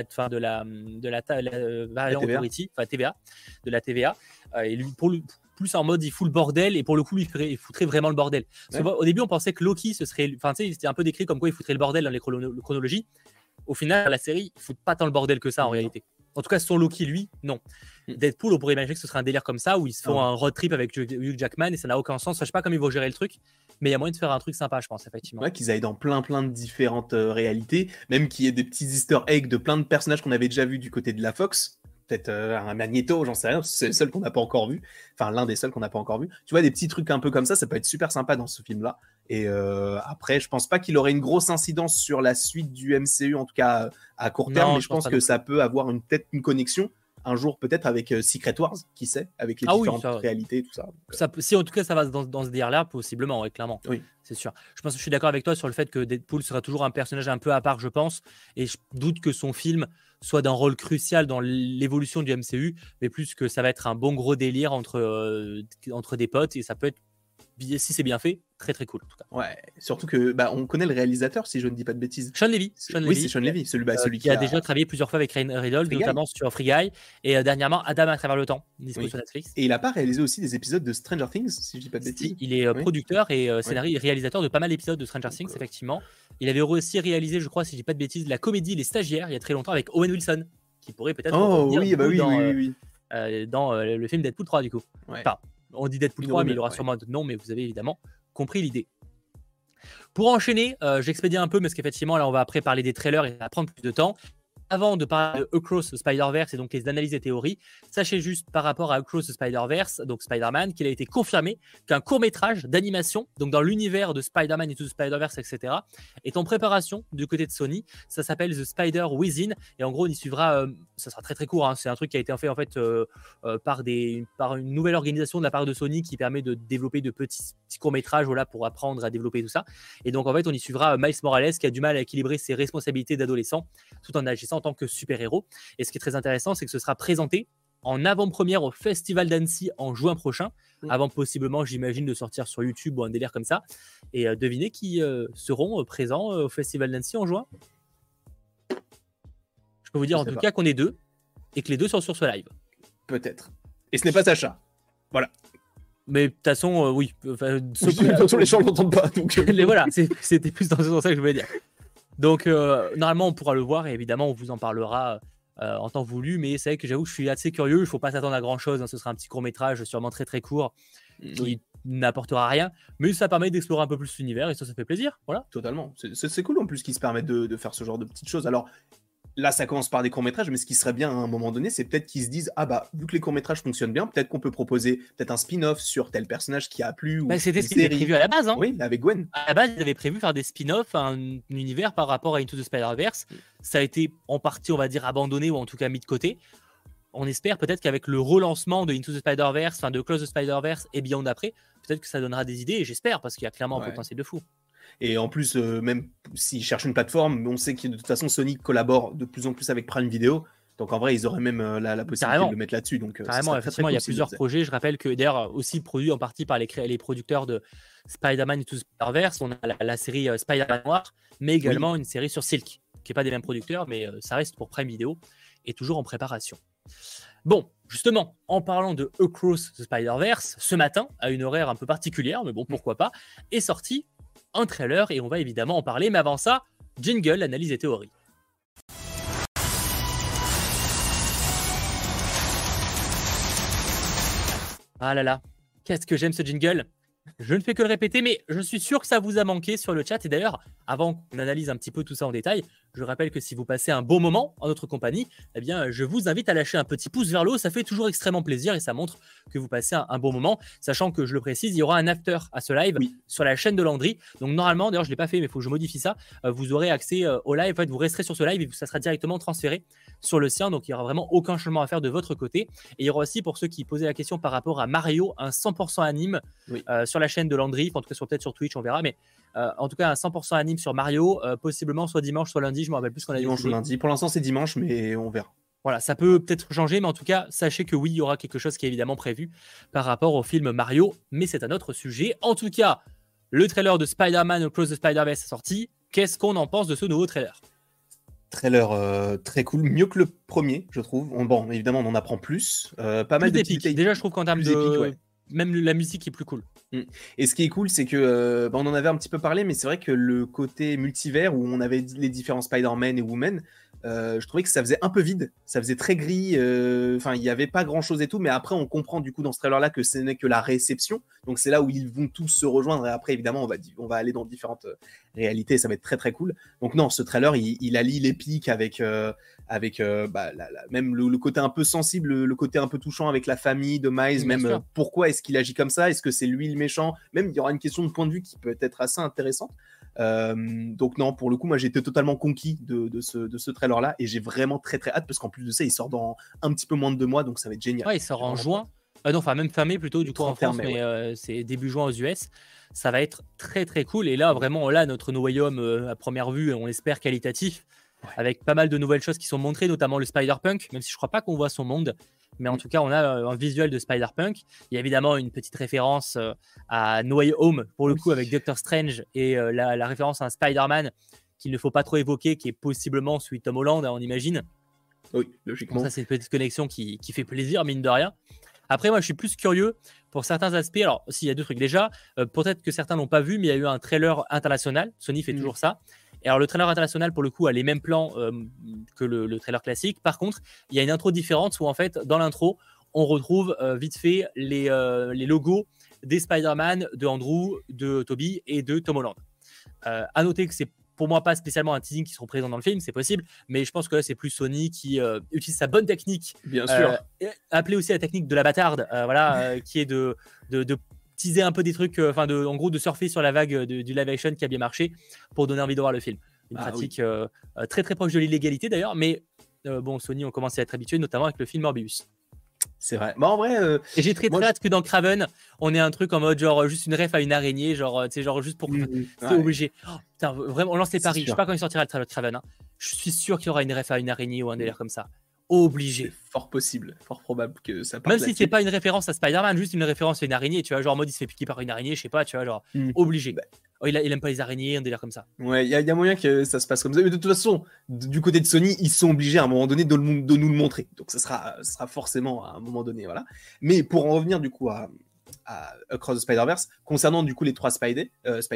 Variant Authority, enfin TVA, de la TVA, et lui plus en mode il fout le bordel, et pour le coup il foutrait vraiment le bordel. Parce qu'au début on pensait que Loki c'était un peu décrit comme quoi il foutrait le bordel dans les chronologies. Au final la série il fout pas tant le bordel que ça en réalité. En tout cas, son Loki, lui, non. Deadpool, on pourrait imaginer que ce serait un délire comme ça, où ils se font un road trip avec Hugh Jackman, et ça n'a aucun sens. Enfin, je sais pas comment ils vont gérer le truc, mais il y a moyen de faire un truc sympa, je pense, effectivement. Ouais, qu'ils aillent dans plein de différentes réalités, même qu'il y ait des petits easter eggs de plein de personnages qu'on avait déjà vus du côté de la Fox. Peut-être un Magneto, j'en sais rien, c'est le seul qu'on n'a pas encore vu. Enfin, l'un des seuls qu'on n'a pas encore vu. Tu vois, des petits trucs un peu comme ça peut être super sympa dans ce film-là. Et après, je pense pas qu'il aurait une grosse incidence sur la suite du MCU, en tout cas à court terme, mais je pense que ça peut avoir peut-être une connexion un jour peut-être avec Secret Wars, qui sait, avec les différentes réalités, tout ça. Si en tout cas ça va dans ce délire-là, possiblement, ouais, clairement. Oui. C'est sûr. Je suis d'accord avec toi sur le fait que Deadpool sera toujours un personnage un peu à part, je pense, et je doute que son film soit d'un rôle crucial dans l'évolution du MCU, mais plus que ça va être un bon gros délire entre des potes, et ça peut être, si c'est bien fait, très très cool en tout cas. Ouais, surtout que on connaît le réalisateur, si je ne dis pas de bêtises. Sean Levy. Oui, c'est Sean Levy, celui qui a déjà travaillé plusieurs fois avec Ryan Reynolds, notamment sur Free Guy, et dernièrement Adam à travers le temps, dispo sur Netflix. Et il n'a pas réalisé aussi des épisodes de Stranger Things, si je dis pas de bêtises. Il est producteur et réalisateur de pas mal d'épisodes de Stranger Things, effectivement. Il avait aussi réalisé, je crois, si je dis pas de bêtises, la comédie Les Stagiaires il y a très longtemps avec Owen Wilson, qui pourrait peut-être dans le film Deadpool 3 du coup. Ouais. Enfin, on dit Deadpool 3, mais il aura sûrement d'autres noms, mais vous avez évidemment compris l'idée. Pour enchaîner, j'expédie un peu, parce qu'effectivement, là, on va après parler des trailers et ça va prendre plus de temps. Avant de parler de Across the Spider-Verse et donc les analyses et théories, sachez juste par rapport à Across the Spider-Verse, donc Spider-Man, qu'il a été confirmé qu'un court-métrage d'animation, donc dans l'univers de Spider-Man et tout the Spider-Verse, etc., est en préparation du côté de Sony. Ça s'appelle The Spider Within, et en gros, on y suivra, ça sera très très court, hein, c'est un truc qui a été fait en fait par une nouvelle organisation de la part de Sony qui permet de développer de petits courts-métrages pour apprendre à développer tout ça. Et donc en fait, on y suivra Miles Morales qui a du mal à équilibrer ses responsabilités d'adolescent tout en agissant en tant que super-héros. Et ce qui est très intéressant, c'est que ce sera présenté en avant-première au Festival d'Annecy en juin prochain, avant possiblement, j'imagine, de sortir sur YouTube ou un délire comme ça. Et devinez qui seront présents au Festival d'Annecy en juin. Je peux vous dire en tout cas qu'on est 2 et que les 2 sont sur ce live. Peut-être. Et ce n'est pas Sacha. Voilà. Mais de toute façon, oui. De toute façon, les gens ne l'entendent pas. Donc... voilà, c'était plus dans ce sens-là que je voulais dire. Donc, normalement, on pourra le voir et évidemment, on vous en parlera en temps voulu. Mais c'est vrai que j'avoue que je suis assez curieux. Il ne faut pas s'attendre à grand-chose. Hein. Ce sera un petit court-métrage, sûrement très très court, qui n'apportera rien. Mais ça permet d'explorer un peu plus l'univers et ça fait plaisir. Voilà. Totalement. C'est cool en plus qu'ils se permettent de faire ce genre de petites choses. Alors, là, ça commence par des courts-métrages, mais ce qui serait bien à un moment donné, c'est peut-être qu'ils se disent vu que les courts-métrages fonctionnent bien, peut-être qu'on peut proposer un spin-off sur tel personnage qui a plu. C'était ce qui était prévu à la base. Hein. Oui, avec Gwen. À la base, ils avaient prévu faire des spin-offs, un univers par rapport à Into the Spider-Verse. Ça a été en partie, on va dire, abandonné ou en tout cas mis de côté. On espère peut-être qu'avec le relancement de Into the Spider-Verse, de Close the Spider-Verse et Beyond après, peut-être que ça donnera des idées, et j'espère, parce qu'il y a clairement un potentiel de fou. Et en plus, même s'ils cherchent une plateforme, on sait que de toute façon, Sony collabore de plus en plus avec Prime Video. Donc en vrai, ils auraient même la possibilité de le mettre là-dessus. Donc, carrément, effectivement, il y a plusieurs projets. Je rappelle que d'ailleurs, aussi produit en partie par les producteurs de Spider-Man et tout Spider-Verse. On a la série Spider-Man Noir, mais également une série sur Silk, qui n'est pas des mêmes producteurs, mais ça reste pour Prime Video et toujours en préparation. Bon, justement, en parlant de Across the Spider-Verse, ce matin, à une horaire un peu particulière, mais bon, pourquoi pas, est sorti un trailer et on va évidemment en parler. Mais avant ça, jingle, analyse et théorie. Ah là là, qu'est-ce que j'aime ce jingle. Je ne fais que le répéter, mais je suis sûr que ça vous a manqué sur le chat. Et d'ailleurs, avant qu'on analyse un petit peu tout ça en détail, Je rappelle que si vous passez un bon moment en notre compagnie, eh bien, je vous invite à lâcher un petit pouce vers le haut. Ça fait toujours extrêmement plaisir et ça montre que vous passez un bon moment. Sachant que, je le précise, il y aura un after à ce live sur la chaîne de Landry. Donc, normalement, d'ailleurs, je ne l'ai pas fait, mais il faut que je modifie ça. Vous aurez accès au live. En fait, vous resterez sur ce live et ça sera directement transféré sur le sien. Donc, il n'y aura vraiment aucun changement à faire de votre côté. Et il y aura aussi, pour ceux qui posaient la question par rapport à Mario, un 100% anime sur la chaîne de Landry. En tout cas, peut-être sur Twitch, on verra. Mais en tout cas, un 100% anime sur Mario, possiblement soit dimanche, soit lundi. Je me rappelle plus ce qu'on a dit. Dimanche ou lundi. Pour l'instant, c'est dimanche, mais on verra. Voilà, ça peut peut-être changer, mais en tout cas, sachez que oui, il y aura quelque chose qui est évidemment prévu par rapport au film Mario, mais c'est un autre sujet. En tout cas, le trailer de Spider-Man Across the Spider-Verse est sorti. Qu'est-ce qu'on en pense de ce nouveau trailer ? Trailer très cool, mieux que le premier, je trouve. Bon, évidemment, on en apprend plus. Pas mal d'épiques. Déjà, je trouve qu'en termes de... Même la musique est plus cool. Et ce qui est cool, c'est que on en avait un petit peu parlé, mais c'est vrai que le côté multivers où on avait les différents Spider-Man et Woman, je trouvais que ça faisait un peu vide, ça faisait très gris. Enfin, il n'y avait pas grand-chose et tout, mais après, on comprend du coup dans ce trailer-là que ce n'est que la réception. Donc, c'est là où ils vont tous se rejoindre. Et après, évidemment, on va aller dans différentes réalités. Et ça va être très très cool. Donc, non, ce trailer, il allie l'épique avec même le côté un peu sensible, le côté un peu touchant avec la famille de Miles. Même pourquoi est-ce qu'il agit comme ça ? Est-ce que c'est lui le méchant ? Même, il y aura une question de point de vue qui peut être assez intéressante. Donc non, pour le coup, moi j'ai été totalement conquis de ce trailer là et j'ai vraiment très très hâte parce qu'en plus de ça, il sort dans un petit peu moins de 2 mois, donc ça va être génial. Ouais, il sort en juin. Non, enfin même fin mai plutôt du coup en France, mais c'est début juin aux US. Ça va être très très cool et là vraiment notre No Way Home à première vue, on espère qualitatif, avec pas mal de nouvelles choses qui sont montrées, notamment le Spider-Punk, même si je crois pas qu'on voit son monde. Mais en tout cas, on a un visuel de Spider-Punk. Il y a évidemment une petite référence à No Way Home, pour le coup, avec Doctor Strange, et la référence à un Spider-Man qu'il ne faut pas trop évoquer, qui est possiblement celui de Tom Holland, on imagine. Oui, logiquement. Donc ça, c'est une petite connexion qui fait plaisir, mine de rien. Après, moi, je suis plus curieux pour certains aspects. Alors, s'il y a 2 trucs déjà, peut-être que certains l'ont pas vu, mais il y a eu un trailer international. Sony fait toujours ça. Et alors, le trailer international, pour le coup, a les mêmes plans que le trailer classique. Par contre, il y a une intro différente où, en fait, dans l'intro, on retrouve vite fait les logos des Spider-Man, de Andrew, de Tobey et de Tom Holland. À noter que c'est pour moi pas spécialement un teasing qui seront présents dans le film, c'est possible, mais je pense que là, c'est plus Sony qui utilise sa bonne technique. Bien sûr. Appelée aussi la technique de la bâtarde, qui est de teaser un peu des trucs, en gros de surfer sur la vague du live action qui a bien marché pour donner envie de voir le film. Une pratique très très proche de l'illégalité d'ailleurs, mais Sony ont commencé à être habitués, notamment avec le film Morbius. C'est vrai. Bah en vrai. Et j'ai très hâte que dans Kraven, on ait un truc en mode genre juste une ref à une araignée, genre juste pour. C'est obligé. Oh, putain, vraiment, on lance les paris. Je sais pas quand il sortira le trailer de Kraven. Hein. Je suis sûr qu'il y aura une ref à une araignée ou un délire comme ça. Obligé. C'est fort possible, fort probable que ça parte. Même si c'est pas une référence à Spider-Man, juste une référence à une araignée, tu vois, genre en mode il se fait piquer par une araignée, je sais pas, tu vois, genre obligé. Il aime pas les araignées, un délire comme ça. Ouais, il y a moyen que ça se passe comme ça. Mais de toute façon, du côté de Sony, ils sont obligés à un moment donné de nous le montrer. Donc ça sera forcément à un moment donné, voilà. Mais pour en revenir du coup à Across the Spider-Verse, concernant du coup les 3 Spidey,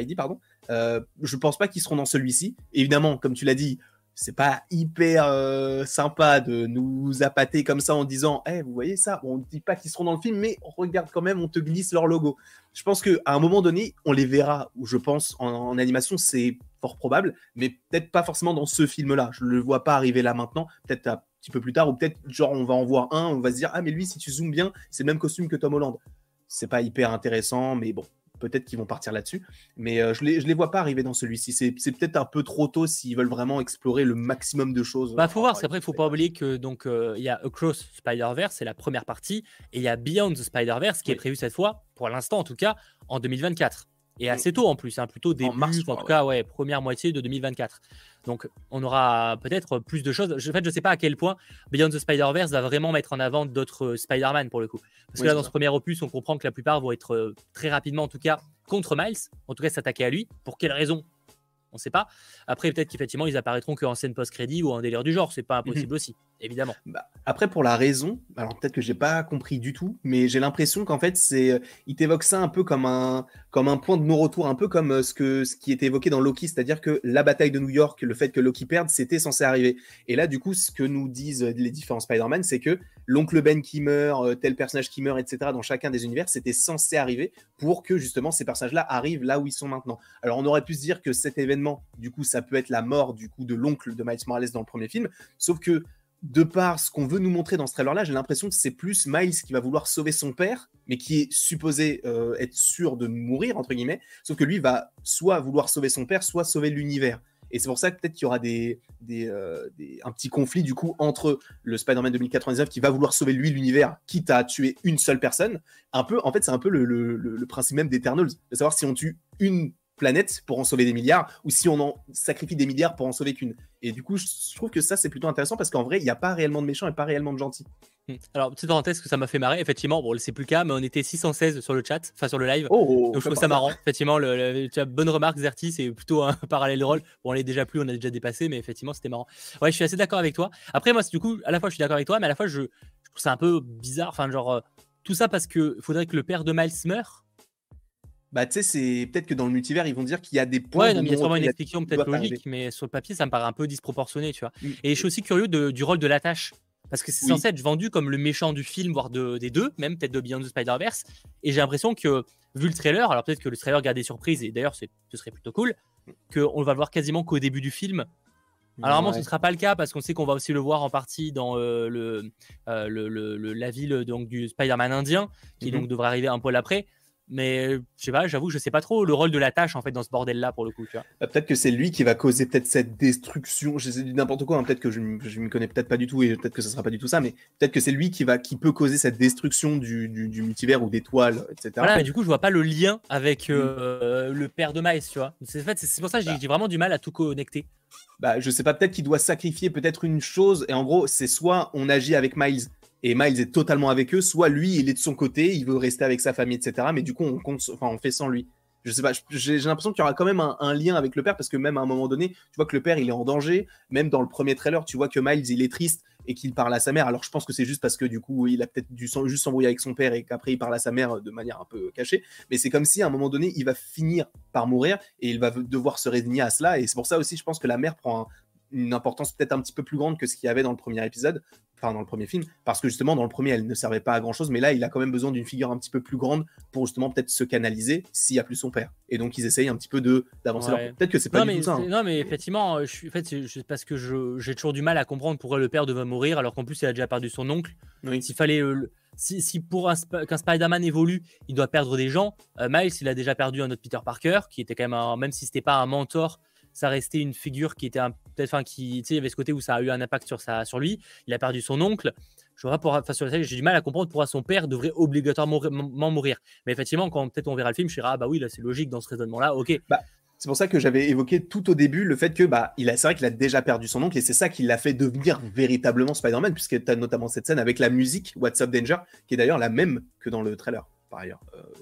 je pense pas qu'ils seront dans celui-ci. Évidemment, comme tu l'as dit, c'est pas hyper sympa de nous appâter comme ça en disant vous voyez ça, on ne dit pas qu'ils seront dans le film, mais on regarde quand même, on te glisse leur logo. Je pense qu'à un moment donné, on les verra, ou je pense en animation, c'est fort probable, mais peut-être pas forcément dans ce film-là. Je ne le vois pas arriver là maintenant, peut-être un petit peu plus tard, ou peut-être genre on va en voir un, on va se dire mais lui, si tu zoomes bien, c'est le même costume que Tom Holland. C'est pas hyper intéressant, mais bon. Peut-être qu'ils vont partir là-dessus, mais je les vois pas arriver dans celui-ci. C'est peut-être un peu trop tôt s'ils veulent vraiment explorer le maximum de choses. Faut voir, parce qu'après, il faut pas oublier que donc il y a Across Spider-Verse, c'est la première partie, et il y a Beyond the Spider-Verse qui est prévu cette fois, pour l'instant en tout cas, en 2024. Et assez tôt en plus, plutôt début, en tout cas, première moitié de 2024. Donc, on aura peut-être plus de choses. En fait, je sais pas à quel point Beyond the Spider-Verse va vraiment mettre en avant d'autres Spider-Man pour le coup. Parce que là, dans ce premier opus, on comprend que la plupart vont être très rapidement, en tout cas, contre Miles. En tout cas, s'attaquer à lui. Pour quelle raison ? On ne sait pas. Après, peut-être qu'effectivement, ils apparaîtront qu'en scène post-crédit ou en délire du genre. C'est pas impossible aussi. évidemment. Bah, après, pour la raison, alors peut-être que j'ai pas compris du tout, mais j'ai l'impression qu'en fait, il t'évoque ça un peu comme un point de non-retour, un peu comme ce qui était évoqué dans Loki, c'est-à-dire que la bataille de New York, le fait que Loki perde, c'était censé arriver. Et là, du coup, ce que nous disent les différents Spider-Man, c'est que l'oncle Ben qui meurt, tel personnage qui meurt, etc., dans chacun des univers, c'était censé arriver pour que justement ces personnages-là arrivent là où ils sont maintenant. Alors, on aurait pu se dire que cet événement, du coup, ça peut être la mort du coup de l'oncle de Miles Morales dans le premier film, sauf que de par ce qu'on veut nous montrer dans ce trailer-là, j'ai l'impression que c'est plus Miles qui va vouloir sauver son père, mais qui est supposé être sûr de mourir, entre guillemets, sauf que lui va soit vouloir sauver son père, soit sauver l'univers. Et c'est pour ça que peut-être qu'il y aura un petit conflit du coup entre le Spider-Man 2099 qui va vouloir sauver lui l'univers, quitte à tuer une seule personne. En fait, c'est un peu le principe même d'Eternals, de savoir si on tue une planète pour en sauver des milliards ou si on en sacrifie des milliards pour en sauver qu'une. Et du coup, je trouve que ça, c'est plutôt intéressant parce qu'en vrai, il n'y a pas réellement de méchants et pas réellement de gentils. Alors, petite parenthèse que ça m'a fait marrer, effectivement, bon, c'est plus le cas, mais on était 616 sur le chat, enfin sur le live. Oh, Donc je trouve ça marrant. Effectivement, tu as bonne remarque, Zerti, c'est plutôt un parallèle drôle. Bon, on l'est déjà plus, on a déjà dépassé, mais effectivement, c'était marrant. Ouais, je suis assez d'accord avec toi. Après, moi, du coup, à la fois, je suis d'accord avec toi, mais à la fois, je trouve ça un peu bizarre. Enfin, genre, tout ça parce qu'il faudrait que le père de Miles meure. Bah, tu sais, c'est peut-être que dans le multivers, ils vont dire qu'il y a des points. Ouais, non, mais il y a sûrement une explication peut-être logique, mais sur le papier, ça me paraît un peu disproportionné, tu vois. Et je suis aussi curieux du rôle de l'attache. Parce que c'est censé être vendu comme le méchant du film, voire des deux, même peut-être de Beyond the Spider-Verse. Et j'ai l'impression que, vu le trailer, alors peut-être que le trailer garde des surprises, et d'ailleurs ce serait plutôt cool, qu'on va le voir quasiment qu'au début du film. Alors vraiment, ce ne sera pas le cas, parce qu'on sait qu'on va aussi le voir en partie dans la ville donc, du Spider-Man indien, qui donc devrait arriver un peu après. Mais je sais pas, j'avoue, je sais pas trop le rôle de la tâche en fait dans ce bordel-là pour le coup. Tu vois. Bah, peut-être que c'est lui qui va causer peut-être cette destruction. Je sais n'importe quoi. Hein. Peut-être que je m'y connais peut-être pas du tout et peut-être que ce sera pas du tout ça. Mais peut-être que c'est lui qui peut causer cette destruction du multivers ou des toiles, etc. Voilà, mais du coup, je vois pas le lien avec le père de Miles, tu vois. C'est pour ça que j'ai vraiment du mal à tout connecter. Bah, je sais pas. Peut-être qu'il doit sacrifier peut-être une chose. Et en gros, c'est soit on agit avec Miles. Et Miles est totalement avec eux, soit lui, il est de son côté, il veut rester avec sa famille, etc. Mais du coup, on fait sans lui. Je sais pas, j'ai l'impression qu'il y aura quand même un lien avec le père, parce que même à un moment donné, tu vois que le père, il est en danger. Même dans le premier trailer, tu vois que Miles, il est triste et qu'il parle à sa mère. Alors, je pense que c'est juste parce que du coup, il a peut-être dû juste s'embrouiller avec son père et qu'après, il parle à sa mère de manière un peu cachée. Mais c'est comme si, à un moment donné, il va finir par mourir et il va devoir se résigner à cela. Et c'est pour ça aussi, je pense que la mère prend une importance peut-être un petit peu plus grande que ce qu'il y avait dans le premier épisode, enfin dans le premier film, parce que justement dans le premier elle ne servait pas à grand chose, mais là il a quand même besoin d'une figure un petit peu plus grande pour justement peut-être se canaliser s'il n'y a plus son père. Et donc ils essayent un petit peu d'avancer leur... Peut-être que c'est pas du tout ça. Hein. Non mais effectivement, parce que j'ai toujours du mal à comprendre pourquoi le père devait mourir alors qu'en plus il a déjà perdu son oncle. Oui. S'il fallait... Si pour qu'un Spider-Man évolue, il doit perdre des gens, Miles il a déjà perdu un autre Peter Parker, qui était quand même, même si c'était pas un mentor, ça restait une figure qui était peut-être, qui, tu sais, il y avait ce côté où ça a eu un impact sur lui. Il a perdu son oncle. Je vois j'ai du mal à comprendre pourquoi son père devrait obligatoirement mourir. Mais effectivement, quand peut-être on verra le film, je dirais ah bah oui, là c'est logique dans ce raisonnement-là. Ok. Bah, c'est pour ça que j'avais évoqué tout au début le fait que c'est vrai qu'il a déjà perdu son oncle et c'est ça qui l'a fait devenir véritablement Spider-Man, puisque tu as notamment cette scène avec la musique What's Up Danger, qui est d'ailleurs la même que dans le trailer par ailleurs,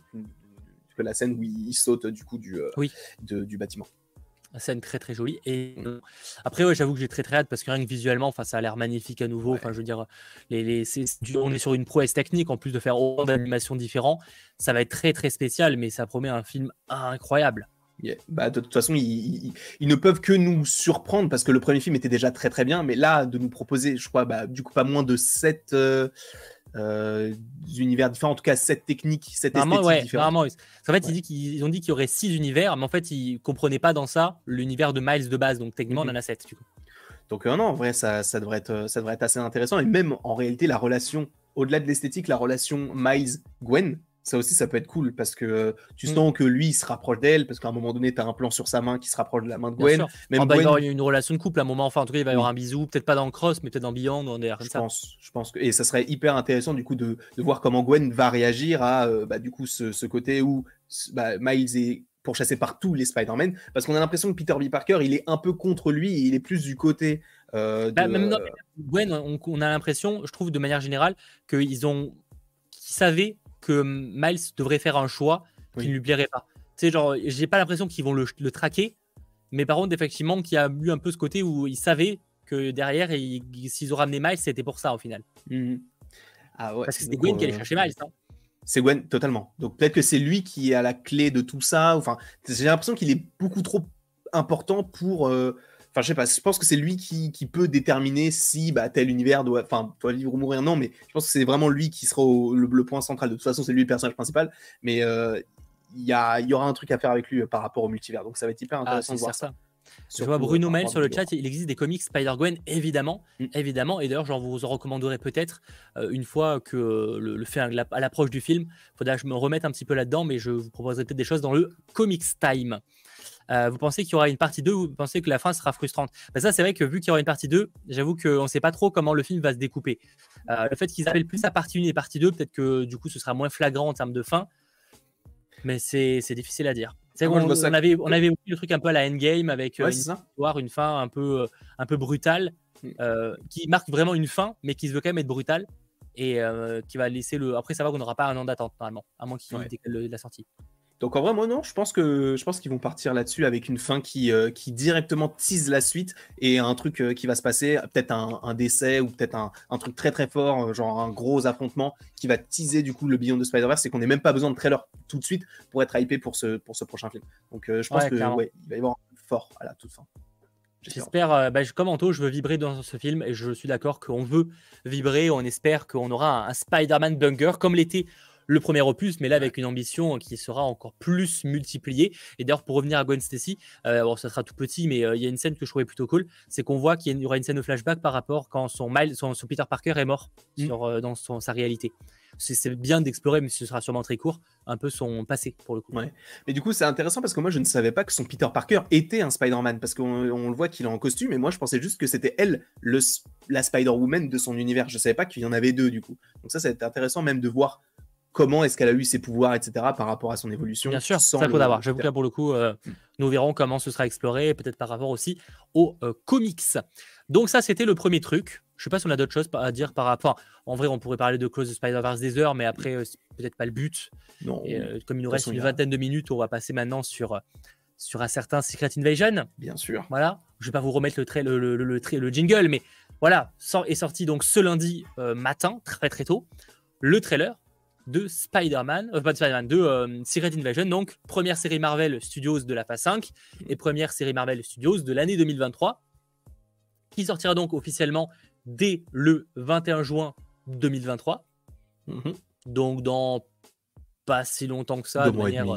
que la scène où il saute du coup du bâtiment. Une scène très très jolie. Et après, ouais, j'avoue que j'ai très très hâte parce que rien que visuellement, ça a l'air magnifique à nouveau. Enfin, je veux dire, on est sur une prouesse technique en plus de faire autant d'animations différents. Ça va être très très spécial, mais ça promet un film incroyable. Yeah. De toute façon, ils ne peuvent que nous surprendre parce que le premier film était déjà très très bien, mais là, de nous proposer, je crois, du coup, pas moins de 7 univers différents, en tout cas 7 techniques, 7 esthétiques différentes. En fait, ils ont dit qu'il y aurait 6 univers, mais en fait, ils ne comprenaient pas dans ça l'univers de Miles de base, donc techniquement, on en a 7 du coup. Donc non, en vrai, ça devrait être assez intéressant, et même en réalité, la relation, au-delà de l'esthétique, la relation Miles-Gwen, ça aussi, ça peut être cool parce que tu sens que lui, il se rapproche d'elle parce qu'à un moment donné, tu as un plan sur sa main qui se rapproche de la main de Gwen. Même il va y avoir une relation de couple à un moment. Enfin, en tout cas, il va y avoir un bisou, peut-être pas dans Cross, mais peut-être dans Beyond ou derrière comme ça. Je pense que et ça serait hyper intéressant du coup de voir comment Gwen va réagir à du coup ce côté où Miles est pourchassé par tous les Spider-Man parce qu'on a l'impression que Peter B. Parker, il est un peu contre lui et il est plus du côté même Gwen, on a l'impression, je trouve de manière générale, qu'ils savaient que Miles devrait faire un choix qui ne lui plairait pas. Tu sais, genre, j'ai pas l'impression qu'ils vont le traquer, mais par contre, effectivement, qu'il y a eu un peu ce côté où ils savaient que derrière, s'ils ont ramené Miles, c'était pour ça au final. Ah ouais. Parce que c'était Gwen qui allait chercher Miles. Hein. C'est Gwen, totalement. Donc peut-être que c'est lui qui a la clé de tout ça. Enfin, j'ai l'impression qu'il est beaucoup trop important pour. Enfin, je sais pas. Je pense que c'est lui qui peut déterminer si tel univers doit vivre ou mourir. Non, mais je pense que c'est vraiment lui qui sera le point central. De toute façon, c'est lui le personnage principal. Mais il y aura un truc à faire avec lui par rapport au multivers. Donc ça va être hyper intéressant de voir ça. Je vois Bruno Mail sur le chat, il existe des comics Spider-Gwen, évidemment, évidemment. Et d'ailleurs, je vous en recommanderai peut-être une fois que le fait à l'approche du film. Il faudra que je me remette un petit peu là-dedans, mais je vous proposerai peut-être des choses dans le Comics Time. Vous pensez qu'il y aura une partie 2 ou vous pensez que la fin sera frustrante? Ça, c'est vrai que vu qu'il y aura une partie 2, j'avoue qu'on ne sait pas trop comment le film va se découper. Le fait qu'ils appellent plus la partie 1 et partie 2, peut-être que du coup, ce sera moins flagrant en termes de fin. Mais c'est difficile à dire. On avait aussi le truc un peu à la Endgame avec une fin un peu brutale qui marque vraiment une fin, mais qui se veut quand même être brutale et qui va laisser le. Après, ça va qu'on n'aura pas un an d'attente normalement, à moins qu'ils décalent la sortie. Donc en vrai, moi non, je pense qu'ils vont partir là-dessus avec une fin qui directement tease la suite et un truc qui va se passer, peut-être un décès ou peut-être un truc très très fort, genre un gros affrontement qui va teaser du coup le Beyond de Spider-Verse, et qu'on n'ait même pas besoin de trailer tout de suite pour être hypé pour ce prochain film. Donc je pense il va y avoir un truc fort à la toute fin. J'espère, comme Anto, je veux vibrer dans ce film et je suis d'accord qu'on veut vibrer, on espère qu'on aura un Spider-Man banger comme l'était le premier opus, mais là avec une ambition qui sera encore plus multipliée. Et d'ailleurs, pour revenir à Gwen Stacy, ça sera tout petit, mais il y a une scène que je trouvais plutôt cool, c'est qu'on voit qu'il y aura une scène de flashback par rapport quand son Peter Parker est mort dans sa réalité. C'est bien d'explorer, mais ce sera sûrement très court, un peu son passé pour le coup. Ouais. Mais du coup, c'est intéressant parce que moi, je ne savais pas que son Peter Parker était un Spider-Man, parce qu'on le voit qu'il est en costume, et moi, je pensais juste que c'était elle, la Spider-Woman de son univers. Je ne savais pas qu'il y en avait deux, du coup. Donc ça va être intéressant même de voir comment est-ce qu'elle a eu ses pouvoirs, etc., par rapport à son évolution. Bien sûr, ça faut d'avoir. J'avoue que là, pour le coup, nous verrons comment ce sera exploré, peut-être par rapport aussi aux comics. Donc ça, c'était le premier truc. Je ne sais pas si on a d'autres choses à dire par rapport. En vrai, on pourrait parler de Close the Spider-Verse des heures, mais après, c'est peut-être pas le but. Non. Et, comme il nous reste une vingtaine de minutes, on va passer maintenant sur un certain Secret Invasion. Bien sûr. Voilà. Je ne vais pas vous remettre le jingle, mais voilà, est sorti donc ce lundi matin, très très tôt, le trailer de Spider-Man, de Secret Invasion, donc première série Marvel Studios de la phase 5 et première série Marvel Studios de l'année 2023, qui sortira donc officiellement dès le 21 juin 2023. Donc dans pas si longtemps que ça,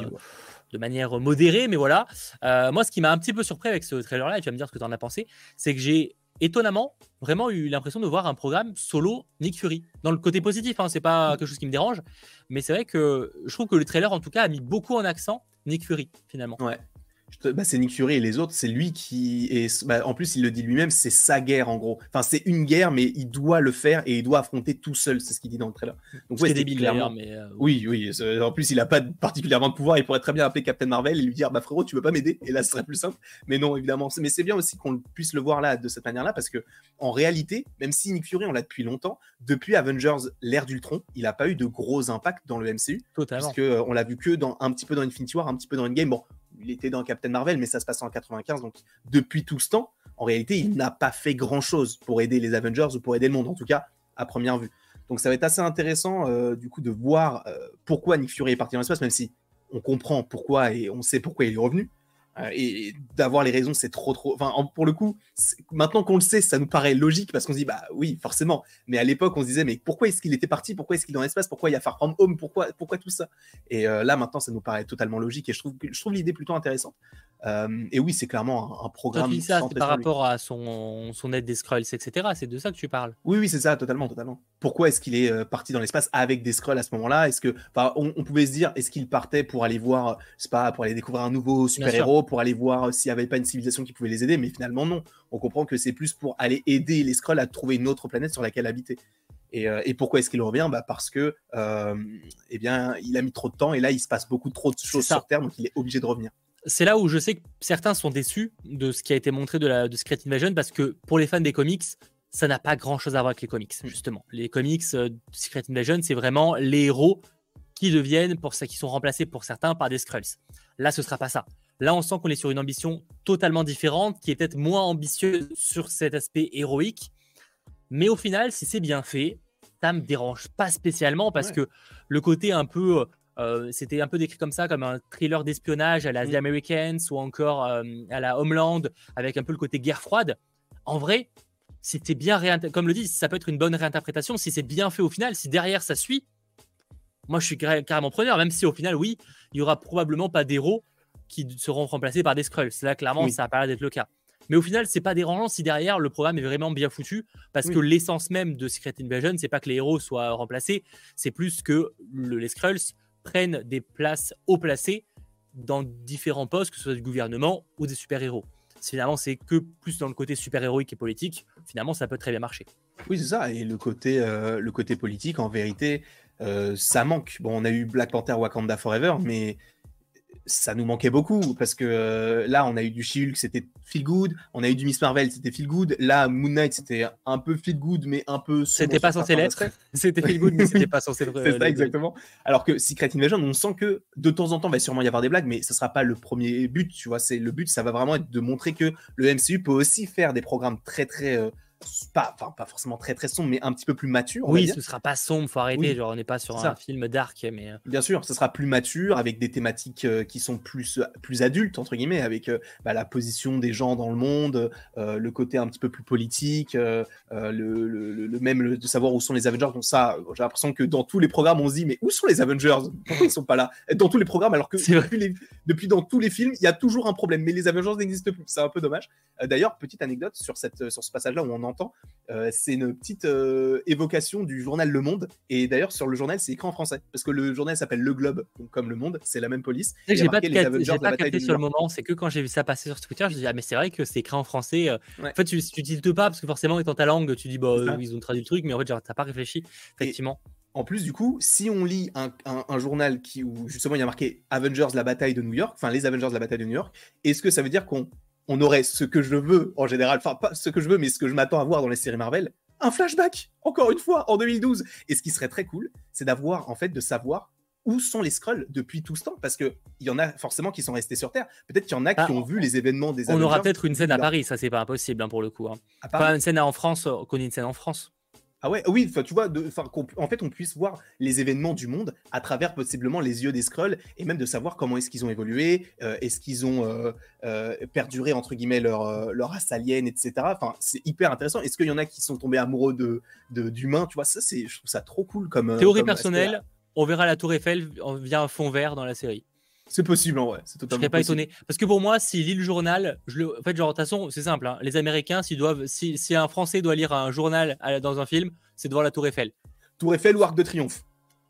de manière modérée, mais voilà. Moi, ce qui m'a un petit peu surpris avec ce trailer-là, et tu vas me dire ce que tu en as pensé, c'est que j'ai étonnamment vraiment eu l'impression de voir un programme solo Nick Fury. Dans le côté positif, c'est pas quelque chose qui me dérange, mais c'est vrai que je trouve que le trailer, en tout cas, a mis beaucoup en accent Nick Fury, finalement. Ouais. C'est Nick Fury et les autres, c'est lui qui est. En plus, il le dit lui-même, c'est sa guerre en gros. Enfin, c'est une guerre, mais il doit le faire et il doit affronter tout seul. C'est ce qu'il dit dans le trailer. Donc, c'est débile clairement. Mais oui. En plus, il n'a pas particulièrement de pouvoir. Il pourrait très bien appeler Captain Marvel et lui dire, frérot, tu veux pas m'aider? Et là, ce serait plus simple. Mais non, évidemment. Mais c'est bien aussi qu'on puisse le voir là de cette manière-là, parce que en réalité, même si Nick Fury, on l'a depuis longtemps, depuis Avengers, l'ère d'Ultron, il n'a pas eu de gros impact dans le MCU. Totalement. Puisque on l'a vu que un petit peu dans Infinity War, un petit peu dans Endgame. Bon. Il était dans Captain Marvel, mais ça se passe en 95, donc depuis tout ce temps, en réalité, il n'a pas fait grand-chose pour aider les Avengers ou pour aider le monde, en tout cas, à première vue. Donc ça va être assez intéressant, du coup, de voir pourquoi Nick Fury est parti dans l'espace, même si on comprend pourquoi et on sait pourquoi il est revenu. Et d'avoir les raisons, c'est trop. Enfin, pour le coup, maintenant qu'on le sait, ça nous paraît logique parce qu'on se dit, bah oui, forcément. Mais à l'époque, on se disait, mais pourquoi est-ce qu'il était parti? Pourquoi est-ce qu'il est dans l'espace? Pourquoi il y a Far From Home? Pourquoi tout ça? Et là, maintenant, ça nous paraît totalement logique et je trouve l'idée plutôt intéressante. Et oui, c'est clairement un programme. Tu dis ça, c'est par rapport à son aide des Skrulls, etc. C'est de ça que tu parles. Oui, c'est ça, totalement. Pourquoi est-ce qu'il est parti dans l'espace avec des Skrulls à ce moment-là? Est-ce que, on pouvait se dire, est-ce qu'il partait pour aller voir, pour aller découvrir un nouveau super-héros, pour aller voir s'il n'y avait pas une civilisation qui pouvait les aider? Mais finalement, non. On comprend que c'est plus pour aller aider les Skrulls à trouver une autre planète sur laquelle habiter. Et pourquoi est-ce qu'il revient? Parce que, il a mis trop de temps et là, il se passe beaucoup trop de choses sur Terre, donc il est obligé de revenir. C'est là où je sais que certains sont déçus de ce qui a été montré de Secret Invasion, parce que pour les fans des comics, ça n'a pas grand-chose à voir avec les comics, justement. Les comics Secret Invasion, c'est vraiment les héros qui sont remplacés pour certains par des Skrulls. Là, ce ne sera pas ça. Là, on sent qu'on est sur une ambition totalement différente, qui est peut-être moins ambitieuse sur cet aspect héroïque. Mais au final, si c'est bien fait, ça me dérange pas spécialement parce que le côté un peu, c'était un peu décrit comme ça, comme un thriller d'espionnage à la The Americans ou encore à la Homeland, avec un peu le côté guerre froide. En vrai, c'était bien comme le dit, ça peut être une bonne réinterprétation si c'est bien fait au final, si derrière ça suit. Moi, je suis carrément preneur, même si au final, oui, il y aura probablement pas d'héros qui seront remplacés par des Skrulls. Là, clairement, ça a pas l'air d'être le cas. Mais au final, c'est pas dérangeant si derrière le programme est vraiment bien foutu, parce que l'essence même de Secret Invasion, c'est pas que les héros soient remplacés, c'est plus que les Skrulls prennent des places haut placées dans différents postes, que ce soit du gouvernement ou des super-héros. Finalement, c'est que plus dans le côté super-héroïque et politique, finalement, ça peut très bien marcher. Oui, c'est ça. Et le côté politique, en vérité, ça manque. Bon, on a eu Black Panther Wakanda Forever, mais ça nous manquait beaucoup parce que là, on a eu du She-Hulk, c'était feel good. On a eu du Miss Marvel, c'était feel good. Là, Moon Knight, c'était un peu feel good, mais un peu. C'était pas censé l'être. C'était feel good, mais c'était pas censé l'être. C'est ça, exactement. Alors que Secret Invasion, on sent que de temps en temps, il va sûrement y avoir des blagues, mais ce sera pas le premier but. Tu vois, le but, ça va vraiment être de montrer que le MCU peut aussi faire des programmes très, très. Pas forcément très très sombre, mais un petit peu plus mature. Oui, ce sera pas sombre, faut arrêter. Oui, genre, on n'est pas sur un film dark, mais bien sûr, ce sera plus mature avec des thématiques qui sont plus adultes entre guillemets, avec la position des gens dans le monde, le côté un petit peu plus politique, de savoir où sont les Avengers. Donc ça, j'ai l'impression que dans tous les programmes, on se dit mais où sont les Avengers? Pourquoi ils sont pas là? Dans tous les programmes, alors que depuis dans tous les films, il y a toujours un problème, mais les Avengers n'existent plus. C'est un peu dommage. D'ailleurs, petite anecdote sur ce passage-là où on entend, c'est une petite évocation du journal Le Monde, et d'ailleurs sur le journal c'est écrit en français parce que le journal s'appelle Le Globe, donc comme Le Monde, c'est la même police. J'ai pas capté sur le moment, c'est que quand j'ai vu ça passer sur Twitter, je me dis ah mais c'est vrai que c'est écrit en français. En fait tu tiltes pas parce que forcément étant ta langue tu dis bah ils ont traduit le truc, mais en fait genre t'as pas réfléchi effectivement. En plus, du coup, si on lit un journal où justement il y a marqué Avengers la bataille de New York, enfin les Avengers la bataille de New York, est-ce que ça veut dire qu'on aurait ce que je veux en général, enfin pas ce que je veux, mais ce que je m'attends à voir dans les séries Marvel, un flashback, encore une fois, en 2012. Et ce qui serait très cool, c'est de savoir où sont les Skrulls depuis tout ce temps, parce qu'il y en a forcément qui sont restés sur Terre. Peut-être qu'il y en a qui ont vu les événements des Avengers. On aura peut-être une scène à Paris, ça c'est pas impossible pour le coup. Enfin, une scène en France, qu'on ait une scène en France. Ah ouais, oui, tu vois, en fait, on puisse voir les événements du monde à travers possiblement les yeux des Skrulls, et même de savoir comment est-ce qu'ils ont évolué, est-ce qu'ils ont perduré, entre guillemets, leur race alien, etc. Enfin, c'est hyper intéressant. Est-ce qu'il y en a qui sont tombés amoureux d'humains, tu vois, ça, je trouve ça trop cool comme... Théorie personnelle, on verra la Tour Eiffel via un fond vert dans la série. C'est possible en vrai, c'est totalement. Je serais pas étonné. Parce que pour moi, s'il lit le journal, en fait, genre, de toute façon, c'est simple. Hein, les Américains, si un Français doit lire un journal dans un film, c'est devant la Tour Eiffel. Tour Eiffel ou Arc de Triomphe.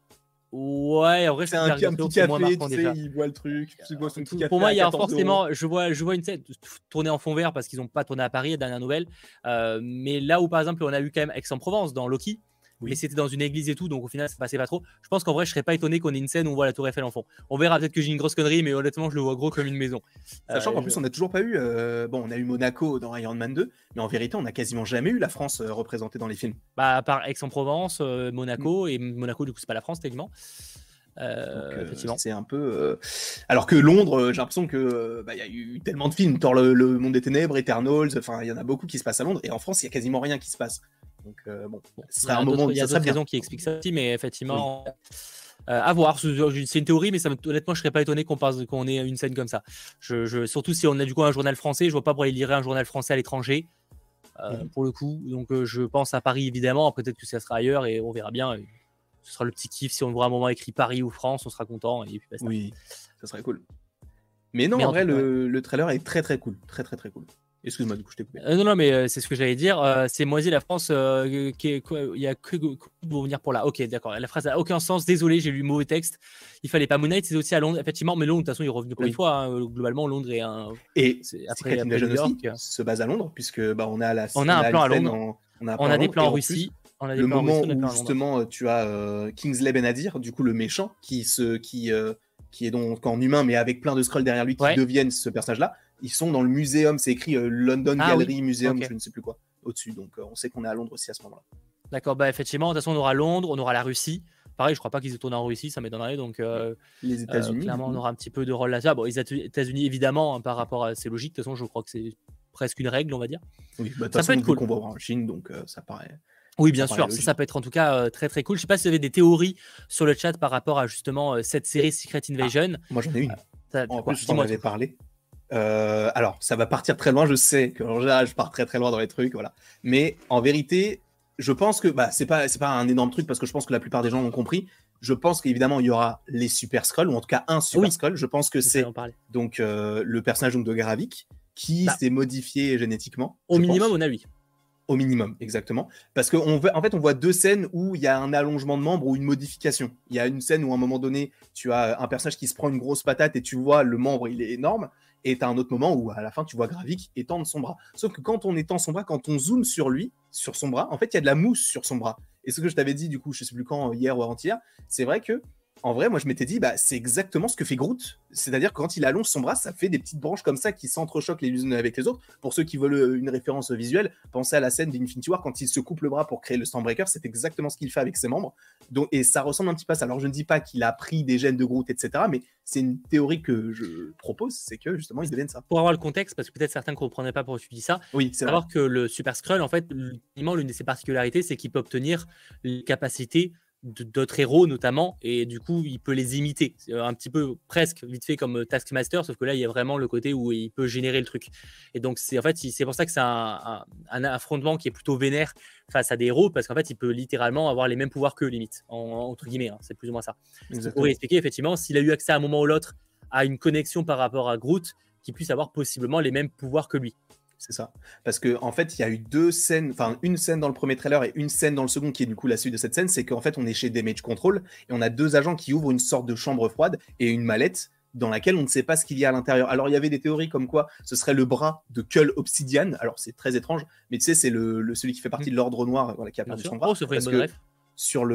Ouais, en vrai, c'est un petit café, tu sais, il voit le truc. Pour moi, il y a forcément, je vois une scène tournée en fond vert parce qu'ils n'ont pas tourné à Paris, dernière nouvelle. Mais là où, par exemple, on a eu quand même Aix-en-Provence dans Loki. Oui. Mais c'était dans une église et tout, donc au final ça passait pas trop. Je pense qu'en vrai je serais pas étonné qu'on ait une scène où on voit la Tour Eiffel en fond. On verra, peut-être que j'ai une grosse connerie, mais honnêtement je le vois gros comme une maison. Sachant qu'en plus on n'a toujours pas eu, on a eu Monaco dans Iron Man 2, mais en vérité on n'a quasiment jamais eu la France représentée dans les films. Bah à part Aix-en-Provence, Monaco, et Monaco du coup c'est pas la France techniquement. Effectivement. C'est un peu. Alors que Londres, j'ai l'impression que y a eu tellement de films, Thor le Monde des Ténèbres, Eternals, enfin il y en a beaucoup qui se passent à Londres, et en France il y a quasiment rien qui se passe. Donc ce serait un moment. Il y a d'autres raisons qui expliquent ça aussi, mais effectivement, à voir. C'est une théorie, mais honnêtement, je serais pas étonné qu'on ait une scène comme ça. Surtout si on a du coup un journal français, je vois pas pourquoi il lirait un journal français à l'étranger. Pour le coup, donc je pense à Paris évidemment. Peut-être que ça sera ailleurs et on verra bien. Ce sera le petit kiff si on voit un moment écrit Paris ou France, on sera content. Et puis basta. Oui, ça serait cool. Mais non, en vrai, le trailer est très très cool, très très très cool. Excuse-moi, du coup, je t'ai coupé. Non, mais c'est ce que j'allais dire. C'est moisi la France. Il y a que pour venir pour là. Ok, d'accord. La phrase n'a aucun sens. Désolé, j'ai lu le mauvais texte. Il fallait pas Moon Knight, c'est aussi à Londres. Effectivement, mais Londres, de toute façon, il est revenu pour une fois. Hein. Globalement, Londres est un. Et après New York se base à Londres, puisque on a un plan à Londres. On a des plans en Russie. Le moment où justement tu as Kingsley Ben-Adir, du coup le méchant, qui est donc en humain, mais avec plein de Skrulls derrière lui qui deviennent ce personnage-là. Ils sont dans le muséum, c'est écrit London Gallery Museum, je ne sais plus quoi, au-dessus. Donc on sait qu'on est à Londres aussi à ce moment-là. D'accord, effectivement, de toute façon on aura Londres, on aura la Russie. Pareil, je crois pas qu'ils aient tourné en Russie, ça m'étonnerait. Donc, Les États-Unis. clairement, on aura un petit peu de rôle là-dessus. Bon, les États-Unis, évidemment, hein, par rapport à. C'est logique. De toute façon, je crois que c'est presque une règle, on va dire. Oui, bah, de toute Ça façon, peut être cool. qu'on va voir en Chine, donc ça paraît. Oui, bien Ça sûr. paraît Ça, logique. ça peut être en tout cas très très cool. Je sais pas si vous avez des théories sur le chat par rapport à justement cette série Secret Invasion. Moi, j'en ai une. En Quoi, plus, je t'en dis-moi avais tout. parlé. Alors, ça va partir très loin, je sais que en général, je pars très très loin dans les trucs, voilà. Mais en vérité, je pense que c'est pas un énorme truc parce que je pense que la plupart des gens l'ont compris. Je pense qu'évidemment, il y aura les Super Skrulls, ou en tout cas un Super Oui. Skrull. Je pense que Je c'est vais en parler. donc le personnage de Gravik qui Bah, s'est modifié génétiquement. Au je minimum, pense. on a lui. Au minimum, exactement. Parce qu'en fait, on voit deux scènes où il y a un allongement de membre ou une modification. Il y a une scène où, à un moment donné, tu as un personnage qui se prend une grosse patate et tu vois le membre, il est énorme. Et tu as un autre moment où, à la fin, tu vois Gravik étendre son bras. Sauf que quand on étend son bras, quand on zoome sur lui, sur son bras, en fait, il y a de la mousse sur son bras. Et ce que je t'avais dit, du coup, je sais plus quand, hier ou avant-hier, c'est vrai que en vrai, moi, je m'étais dit, c'est exactement ce que fait Groot. C'est-à-dire que quand il allonge son bras, ça fait des petites branches comme ça qui s'entrechoquent les unes avec les autres. Pour ceux qui veulent une référence visuelle, pensez à la scène d'Infinity War quand il se coupe le bras pour créer le Stormbreaker. C'est exactement ce qu'il fait avec ses membres. Donc, et ça ressemble un petit peu à ça. Alors, je ne dis pas qu'il a pris des gènes de Groot, etc. Mais c'est une théorie que je propose, c'est que justement, ils deviennent ça. Pour avoir le contexte, parce que peut-être certains ne comprendraient pas pourquoi tu dis ça. Oui, c'est vrai. Savoir que le Super Skrull, en fait, l'une de ses particularités, c'est qu'il peut obtenir les capacités d'autres héros notamment, et du coup il peut les imiter. C'est un petit peu presque vite fait comme Taskmaster, sauf que là il y a vraiment le côté où il peut générer le truc. Et donc c'est pour ça que c'est un affrontement qui est plutôt vénère face à des héros, parce qu'en fait il peut littéralement avoir les mêmes pouvoirs qu'eux, limite, entre guillemets, hein, c'est plus ou moins ça. Pour expliquer, effectivement, s'il a eu accès à un moment ou l'autre à une connexion par rapport à Groot, qu'il puisse avoir possiblement les mêmes pouvoirs que lui. C'est ça. Parce qu'en fait, il y a eu deux scènes, enfin une scène dans le premier trailer et une scène dans le second qui est du coup la suite de cette scène, c'est qu'en fait on est chez Damage Control et on a deux agents qui ouvrent une sorte de chambre froide et une mallette dans laquelle on ne sait pas ce qu'il y a à l'intérieur. Alors il y avait des théories comme quoi ce serait le bras de Cull Obsidian, alors c'est très étrange, mais tu sais c'est celui qui fait partie de l'ordre noir, voilà, qui a perdu son bras. Oh, ça ferait une bonne rêve. Sur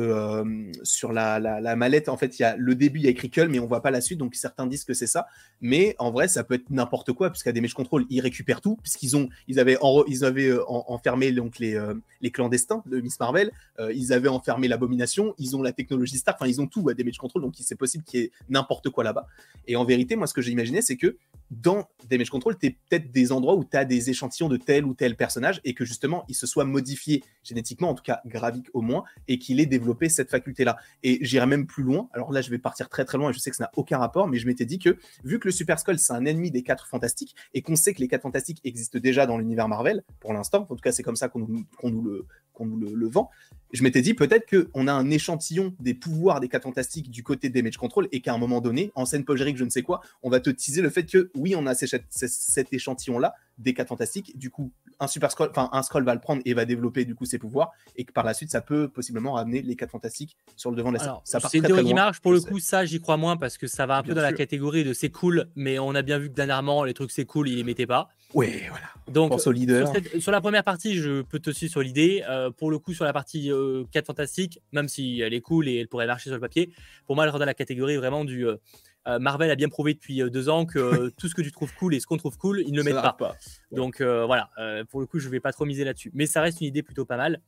la mallette, en fait, il y a le début, il y a écrit Cull, mais on voit pas la suite, donc certains disent que c'est ça. Mais en vrai, ça peut être n'importe quoi, puisqu'à Damage Control, ils récupèrent tout, puisqu'ils avaient enfermé donc les clandestins de Miss Marvel, ils avaient enfermé l'Abomination, ils ont la technologie Stark, enfin ils ont tout à Damage Control, donc c'est possible qu'il y ait n'importe quoi là-bas. Et en vérité, moi, ce que j'ai imaginé, c'est que dans Damage Control, tu as peut-être des endroits où tu as des échantillons de tel ou tel personnage et que justement, il se soit modifié génétiquement, en tout cas Gravik au moins, et qu'il ait développé cette faculté-là. Et j'irai même plus loin. Alors là, je vais partir très très loin et je sais que ça n'a aucun rapport, mais je m'étais dit que vu que le Super Skrull, c'est un ennemi des 4 Fantastiques et qu'on sait que les 4 Fantastiques existent déjà dans l'univers Marvel, pour l'instant, en tout cas, c'est comme ça qu'on nous le vend. Je m'étais dit peut-être qu'on a un échantillon des pouvoirs des 4 Fantastiques du côté des Damage Control et qu'à un moment donné, en scène post-générique, je ne sais quoi, on va te teaser le fait que oui, on a cet échantillon-là des 4 Fantastiques. Du coup, un Skrull va le prendre et va développer du coup ses pouvoirs et que par la suite, ça peut possiblement ramener les 4 Fantastiques sur le devant de la scène. C'est une théorie qui marche. Pour le coup, ça, j'y crois moins parce que ça va un peu dans la catégorie de c'est cool, mais on a bien vu que dernièrement, les trucs c'est cool, ils les mettaient pas. Oui, voilà. Donc, pense au leader. Sur la première partie, je peux te suivre sur l'idée. Pour le coup, sur la partie 4 Fantastiques, même si elle est cool et elle pourrait marcher sur le papier, pour moi, elle rentre dans la catégorie vraiment du Marvel a bien prouvé depuis 2 ans que tout ce que tu trouves cool et ce qu'on trouve cool, ils ne le mettent pas. Ouais. Donc voilà, pour le coup, je vais pas trop miser là-dessus. Mais ça reste une idée plutôt pas mal.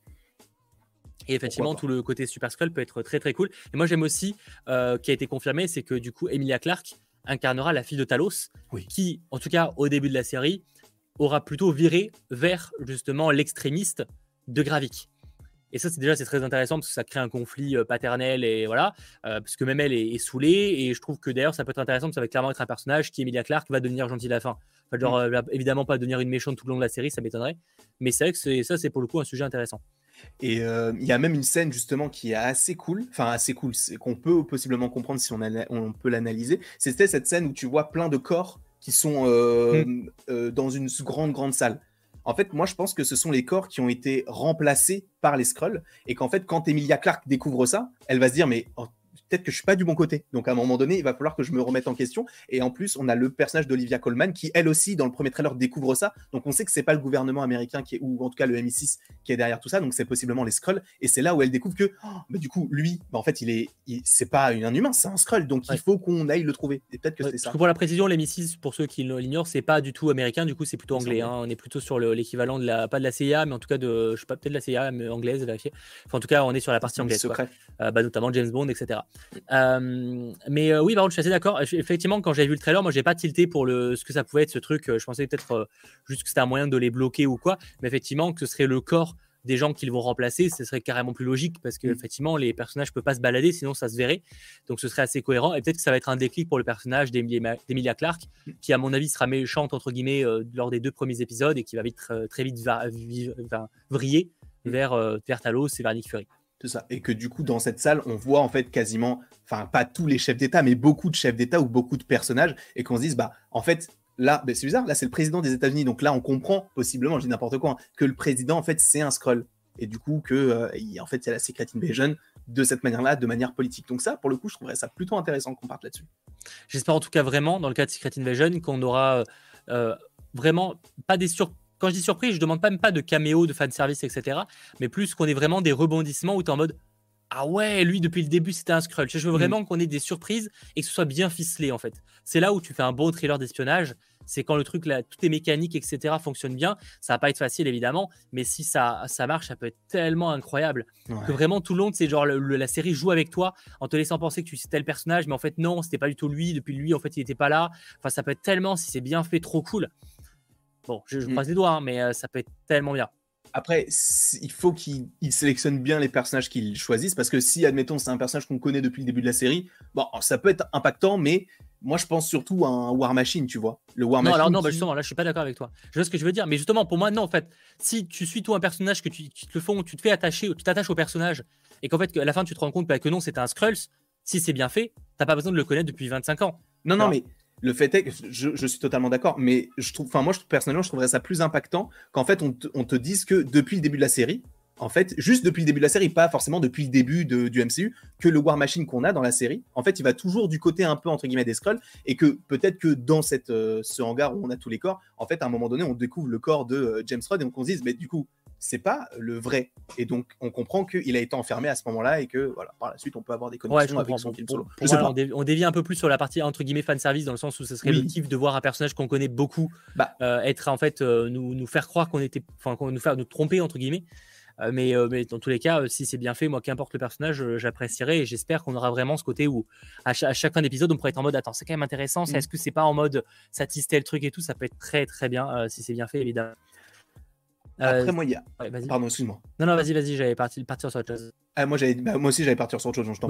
Et effectivement, tout le côté Super Skrull peut être très très cool. Et moi, j'aime aussi, qui a été confirmé, c'est que du coup, Emilia Clarke incarnera la fille de Talos, qui, en tout cas, au début de la série, aura plutôt viré vers justement l'extrémiste de Gravik. Et ça, c'est très intéressant parce que ça crée un conflit paternel et voilà, parce que même elle est saoulée. Et je trouve que d'ailleurs, ça peut être intéressant parce que ça va clairement être un personnage qui, Emilia Clarke, va devenir gentille à la fin. Enfin, genre, évidemment pas devenir une méchante tout le long de la série, ça m'étonnerait. Mais c'est vrai que ça, c'est pour le coup un sujet intéressant. Et il y a même une scène justement qui est assez cool, c'est qu'on peut possiblement comprendre si on peut l'analyser. C'était cette scène où tu vois plein de corps qui sont dans une grande salle. En fait, moi, je pense que ce sont les corps qui ont été remplacés par les Skrulls et qu'en fait, quand Emilia Clarke découvre ça, elle va se dire mais peut-être que je suis pas du bon côté. Donc à un moment donné, il va falloir que je me remette en question. Et en plus, on a le personnage d'Olivia Colman qui, elle aussi, dans le premier trailer, découvre ça. Donc on sait que c'est pas le gouvernement américain ou en tout cas le MI6 qui est derrière tout ça. Donc c'est possiblement les Skrulls. Et c'est là où elle découvre que, du coup, lui, en fait, c'est pas un humain, c'est un Skrull. Donc il faut qu'on aille le trouver. Et peut-être que c'est ça. Pour la précision, les MI6, pour ceux qui l'ignorent, c'est pas du tout américain. Du coup, c'est plutôt anglais. On est plutôt sur l'équivalent de pas de la CIA, mais en tout cas je sais pas, peut-être de la CIA, mais anglaise, vérifier. Enfin, en tout cas, on est sur la partie anglaise, notamment James Bond, etc. Oui, par contre, je suis assez d'accord. Effectivement, quand j'avais vu le trailer, moi, j'ai pas tilté pour ce que ça pouvait être ce truc. Je pensais peut-être juste que c'était un moyen de les bloquer ou quoi, mais effectivement, que ce serait le corps des gens qu'ils vont remplacer, ce serait carrément plus logique parce que effectivement les personnages ne peuvent pas se balader, sinon ça se verrait. Donc ce serait assez cohérent. Et peut-être que ça va être un déclic pour le personnage d'Emilia Clarke, qui à mon avis sera méchante entre guillemets lors des 2 premiers épisodes et qui va très vite vriller vers Talos et vers Nick Fury. C'est ça. Et que du coup, dans cette salle, on voit en fait quasiment, enfin pas tous les chefs d'État, mais beaucoup de chefs d'État ou beaucoup de personnages, et qu'on se dise, en fait, là, c'est bizarre, là c'est le président des États-Unis, donc là on comprend possiblement, je dis n'importe quoi, que le président en fait c'est un Skrull, et du coup que en fait il y a la Secret Invasion de cette manière-là, de manière politique. Donc ça, pour le coup, je trouverais ça plutôt intéressant qu'on parte là-dessus. J'espère en tout cas vraiment, dans le cas de Secret Invasion, qu'on aura vraiment pas des surprises. Quand je dis surprise, je demande même pas de caméo, de fanservice, etc. Mais plus qu'on ait vraiment des rebondissements où tu es en mode ah ouais, lui depuis le début c'était un Skrull. Je veux vraiment qu'on ait des surprises et que ce soit bien ficelé en fait. C'est là où tu fais un bon thriller d'espionnage. C'est quand le truc, là, toutes les mécaniques, etc. fonctionnent bien. Ça va pas être facile évidemment, mais si ça marche, ça peut être tellement incroyable que vraiment tout le long, c'est genre la série joue avec toi en te laissant penser que tu sais tel personnage, mais en fait non, c'était pas du tout lui. Depuis lui, en fait, il était pas là. Enfin, ça peut être tellement, si c'est bien fait, trop cool. Bon, je croise les doigts, mais ça peut être tellement bien. Après, il faut qu'il sélectionne bien les personnages qu'il choisisse, parce que si, admettons, c'est un personnage qu'on connaît depuis le début de la série, bon, ça peut être impactant, mais moi, je pense surtout à un War Machine, tu vois. Le War Machine. Alors justement, là, je suis pas d'accord avec toi. Je vois ce que je veux dire, mais justement, pour moi, non, en fait, si tu suis toi un personnage que tu te fais attacher, tu t'attaches au personnage, et qu'en fait, à la fin, tu te rends compte que non, c'est un Skrulls, si c'est bien fait, t'as pas besoin de le connaître depuis 25 ans. Non, mais le fait est que je suis totalement d'accord, mais personnellement, je trouverais ça plus impactant qu'en fait, on te dise que depuis le début de la série, en fait, juste depuis le début de la série, pas forcément depuis le début du MCU, que le War Machine qu'on a dans la série, en fait, il va toujours du côté un peu, entre guillemets, des Skrulls, et que peut-être que dans ce hangar où on a tous les corps, en fait, à un moment donné, on découvre le corps de James Rhodes, et donc on se dise, mais du coup, c'est pas le vrai. Et donc, on comprend qu'il a été enfermé à ce moment-là et que, voilà, par la suite, on peut avoir des connexions avec son film solo. On dévie un peu plus sur la partie, entre guillemets, fanservice, dans le sens où ce serait le kiff de voir un personnage qu'on connaît beaucoup être, en fait, nous faire croire qu'on était, enfin, nous tromper, entre guillemets. Mais dans tous les cas, si c'est bien fait, moi, qu'importe le personnage, j'apprécierais, et j'espère qu'on aura vraiment ce côté où à chaque fin d'épisode, on pourrait être en mode attends, c'est quand même intéressant, est-ce que c'est pas en mode ça tease tel truc et tout, ça peut être très très bien si c'est bien fait, évidemment. Après, moi, il y a. Ouais, pardon, excuse-moi. Non, vas-y, j'allais partir sur autre chose. Moi aussi, j'allais partir sur autre chose.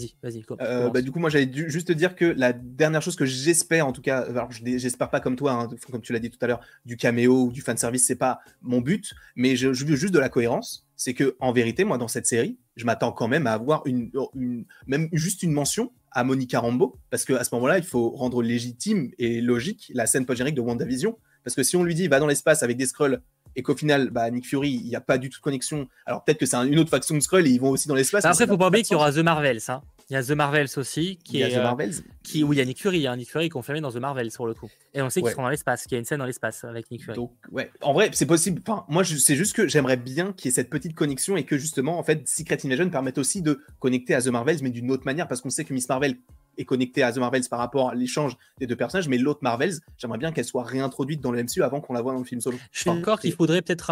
Vas-y. Du coup, moi, j'allais juste te dire que la dernière chose que j'espère, en tout cas, alors j'espère pas comme toi, comme tu l'as dit tout à l'heure, du caméo ou du fanservice, c'est pas mon but, mais je veux juste de la cohérence. C'est que, en vérité, moi, dans cette série, je m'attends quand même à avoir même juste une mention à Monica Rambeau, parce qu'à ce moment-là, il faut rendre légitime et logique la scène post-générique de WandaVision, parce que si on lui dit va dans l'espace avec des Skrulls, et qu'au final, Nick Fury, il n'y a pas du tout de connexion. Alors peut-être que c'est une autre faction de Skrull et ils vont aussi dans l'espace. Après, il ne faut pas oublier qu'il y aura The Marvels. Hein. Il y a The Marvels aussi. Il y a The Marvels où il y a Nick Fury. Il y a Nick Fury confirmé dans The Marvels pour le coup. Et on sait qu'ils seront dans l'espace, qu'il y a une scène dans l'espace avec Nick Fury. Donc, ouais, en vrai, c'est possible. Enfin, moi, c'est juste que j'aimerais bien qu'il y ait cette petite connexion et que justement, en fait, Secret Invasion permette aussi de connecter à The Marvels, mais d'une autre manière, parce qu'on sait que Miss Marvel est connectée à The Marvels par rapport à l'échange des deux personnages, mais l'autre Marvels, j'aimerais bien qu'elle soit réintroduite dans le MCU avant qu'on la voit dans le film solo. Je suis encore qu'il faudrait peut-être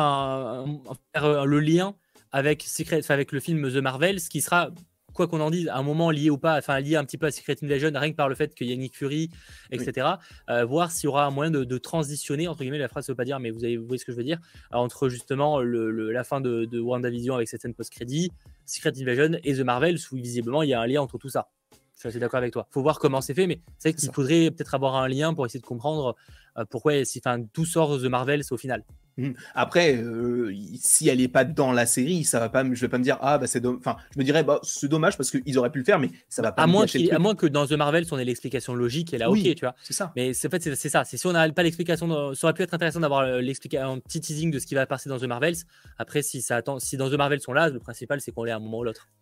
faire le lien avec le film The Marvels, qui sera, quoi qu'on en dise, à un moment lié ou pas, enfin lié un petit peu à Secret Invasion, rien que par le fait qu'il y a Nick Fury, etc. Voir s'il y aura un moyen de transitionner, entre guillemets, la phrase ne veut pas dire, mais vous voyez ce que je veux dire, entre justement la fin de WandaVision avec cette scène post-crédit, Secret Invasion et The Marvels, où visiblement il y a un lien entre tout ça. Je suis assez d'accord avec toi. Il faut voir comment c'est fait, mais c'est vrai qu'il faudrait peut-être avoir un lien pour essayer de comprendre pourquoi d'où sort The Marvels au final. Après, si elle n'est pas dans la série, ça va pas. Je vais pas me dire c'est dommage. Enfin, je me dirais c'est dommage parce qu'ils auraient pu le faire, mais ça va pas. À moins que dans The Marvels on ait l'explication logique et là, ok, tu vois. C'est ça. Mais en fait, c'est ça. C'est si on n'a pas l'explication, ça aurait pu être intéressant d'avoir un petit teasing de ce qui va passer dans The Marvels. Après, si dans The Marvels sont là, le principal c'est qu'on l'ait à un moment ou l'autre.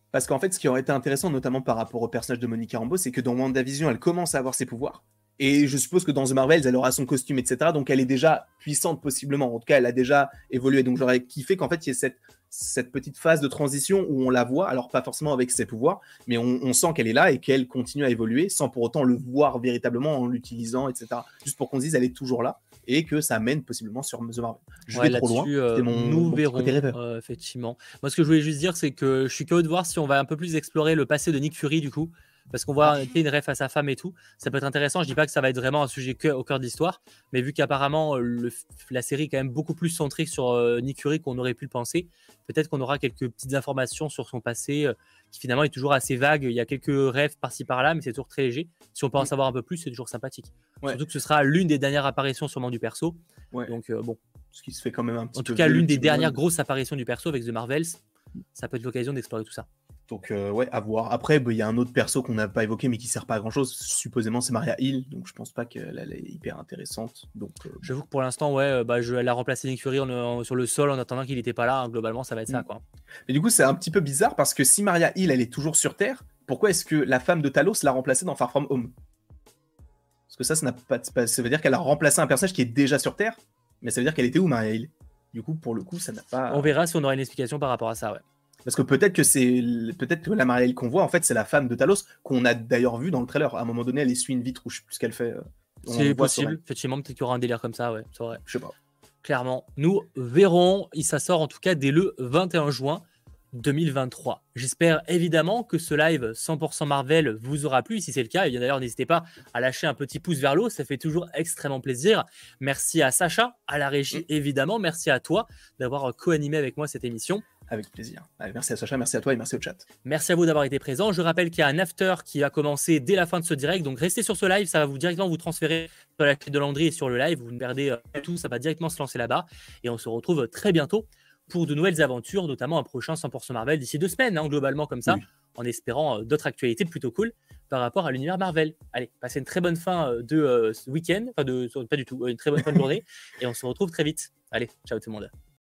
Parce qu'en fait, ce qui aurait été intéressant, notamment par rapport au personnage de Monica Rambeau, c'est que dans WandaVision, elle commence à avoir ses pouvoirs. Et je suppose que dans The Marvels, elle aura son costume, etc. Donc elle est déjà puissante, possiblement. En tout cas, elle a déjà évolué. Donc j'aurais kiffé qu'en fait, il y ait cette petite phase de transition où on la voit, alors pas forcément avec ses pouvoirs, mais on sent qu'elle est là et qu'elle continue à évoluer sans pour autant le voir véritablement en l'utilisant, etc. Juste pour qu'on se dise, elle est toujours là et que ça mène possiblement sur The Marvel. Je vais trop loin. C'était nous verrons, côté rêveur. effectivement. Moi, ce que je voulais juste dire, c'est que je suis curieux de voir si on va un peu plus explorer le passé de Nick Fury, du coup. Parce qu'on voit une ref à sa femme et tout. Ça peut être intéressant. Je dis pas que ça va être vraiment un sujet au cœur de l'histoire. Mais vu qu'apparemment, la série est quand même beaucoup plus centrée sur Nick Fury qu'on aurait pu le penser, peut-être qu'on aura quelques petites informations sur son passé qui finalement est toujours assez vague. Il y a quelques rêves par-ci par-là, mais c'est toujours très léger. Si on peut en savoir un peu plus, c'est toujours sympathique. Ouais. Surtout que ce sera l'une des dernières apparitions sûrement du perso. Ouais. Donc bon. Ce qui se fait quand même un petit peu. En tout cas, l'une des dernières grosses apparitions du perso avec The Marvels. Ça peut être l'occasion d'explorer tout ça. Donc ouais, à voir. Après, il y a un autre perso qu'on n'a pas évoqué mais qui sert pas à grand chose. Supposément, c'est Maria Hill, donc je pense pas qu'elle est hyper intéressante. Donc j'avoue que pour l'instant, ouais, elle a remplacé Nick Fury sur le sol en attendant qu'il n'était pas là. Hein, globalement, ça va être ça, quoi. Mais du coup, c'est un petit peu bizarre parce que si Maria Hill, elle est toujours sur Terre, pourquoi est-ce que la femme de Talos l'a remplacée dans Far From Home? Parce que ça n'a pas, ça veut dire qu'elle a remplacé un personnage qui est déjà sur Terre, mais ça veut dire qu'elle était où, Maria Hill? Du coup, pour le coup, ça n'a pas. On verra si on aura une explication par rapport à ça, ouais. Parce que peut-être que la Maria Hill qu'on voit, en fait, c'est la femme de Talos, qu'on a d'ailleurs vu dans le trailer. À un moment donné, elle essuie une vitre ou je sais plus ce qu'elle fait. C'est possible, effectivement, peut-être qu'il y aura un délire comme ça, ouais, c'est vrai. Je sais pas. Clairement, nous verrons. Ça sort en tout cas dès le 21 juin 2023. J'espère évidemment que ce live 100% Marvel vous aura plu. Si c'est le cas, et bien d'ailleurs, n'hésitez pas à lâcher un petit pouce vers le haut. Ça fait toujours extrêmement plaisir. Merci à Sacha, à la régie, évidemment. Merci à toi d'avoir co-animé avec moi cette émission. Avec plaisir. Allez, merci à Sacha, merci à toi et merci au chat. Merci à vous d'avoir été présent. Je rappelle qu'il y a un after qui va commencer dès la fin de ce direct. Donc restez sur ce live, ça va vous directement vous transférer sur la clé de Landry et sur le live. Vous ne perdez tout, ça va directement se lancer là-bas. Et on se retrouve très bientôt pour de nouvelles aventures, notamment un prochain 100% Marvel d'ici 2 semaines, hein, globalement comme ça, en espérant d'autres actualités plutôt cool par rapport à l'univers Marvel. Allez, passez une très bonne fin de week-end, pas du tout, une très bonne fin de journée. Et on se retrouve très vite. Allez, ciao tout le monde.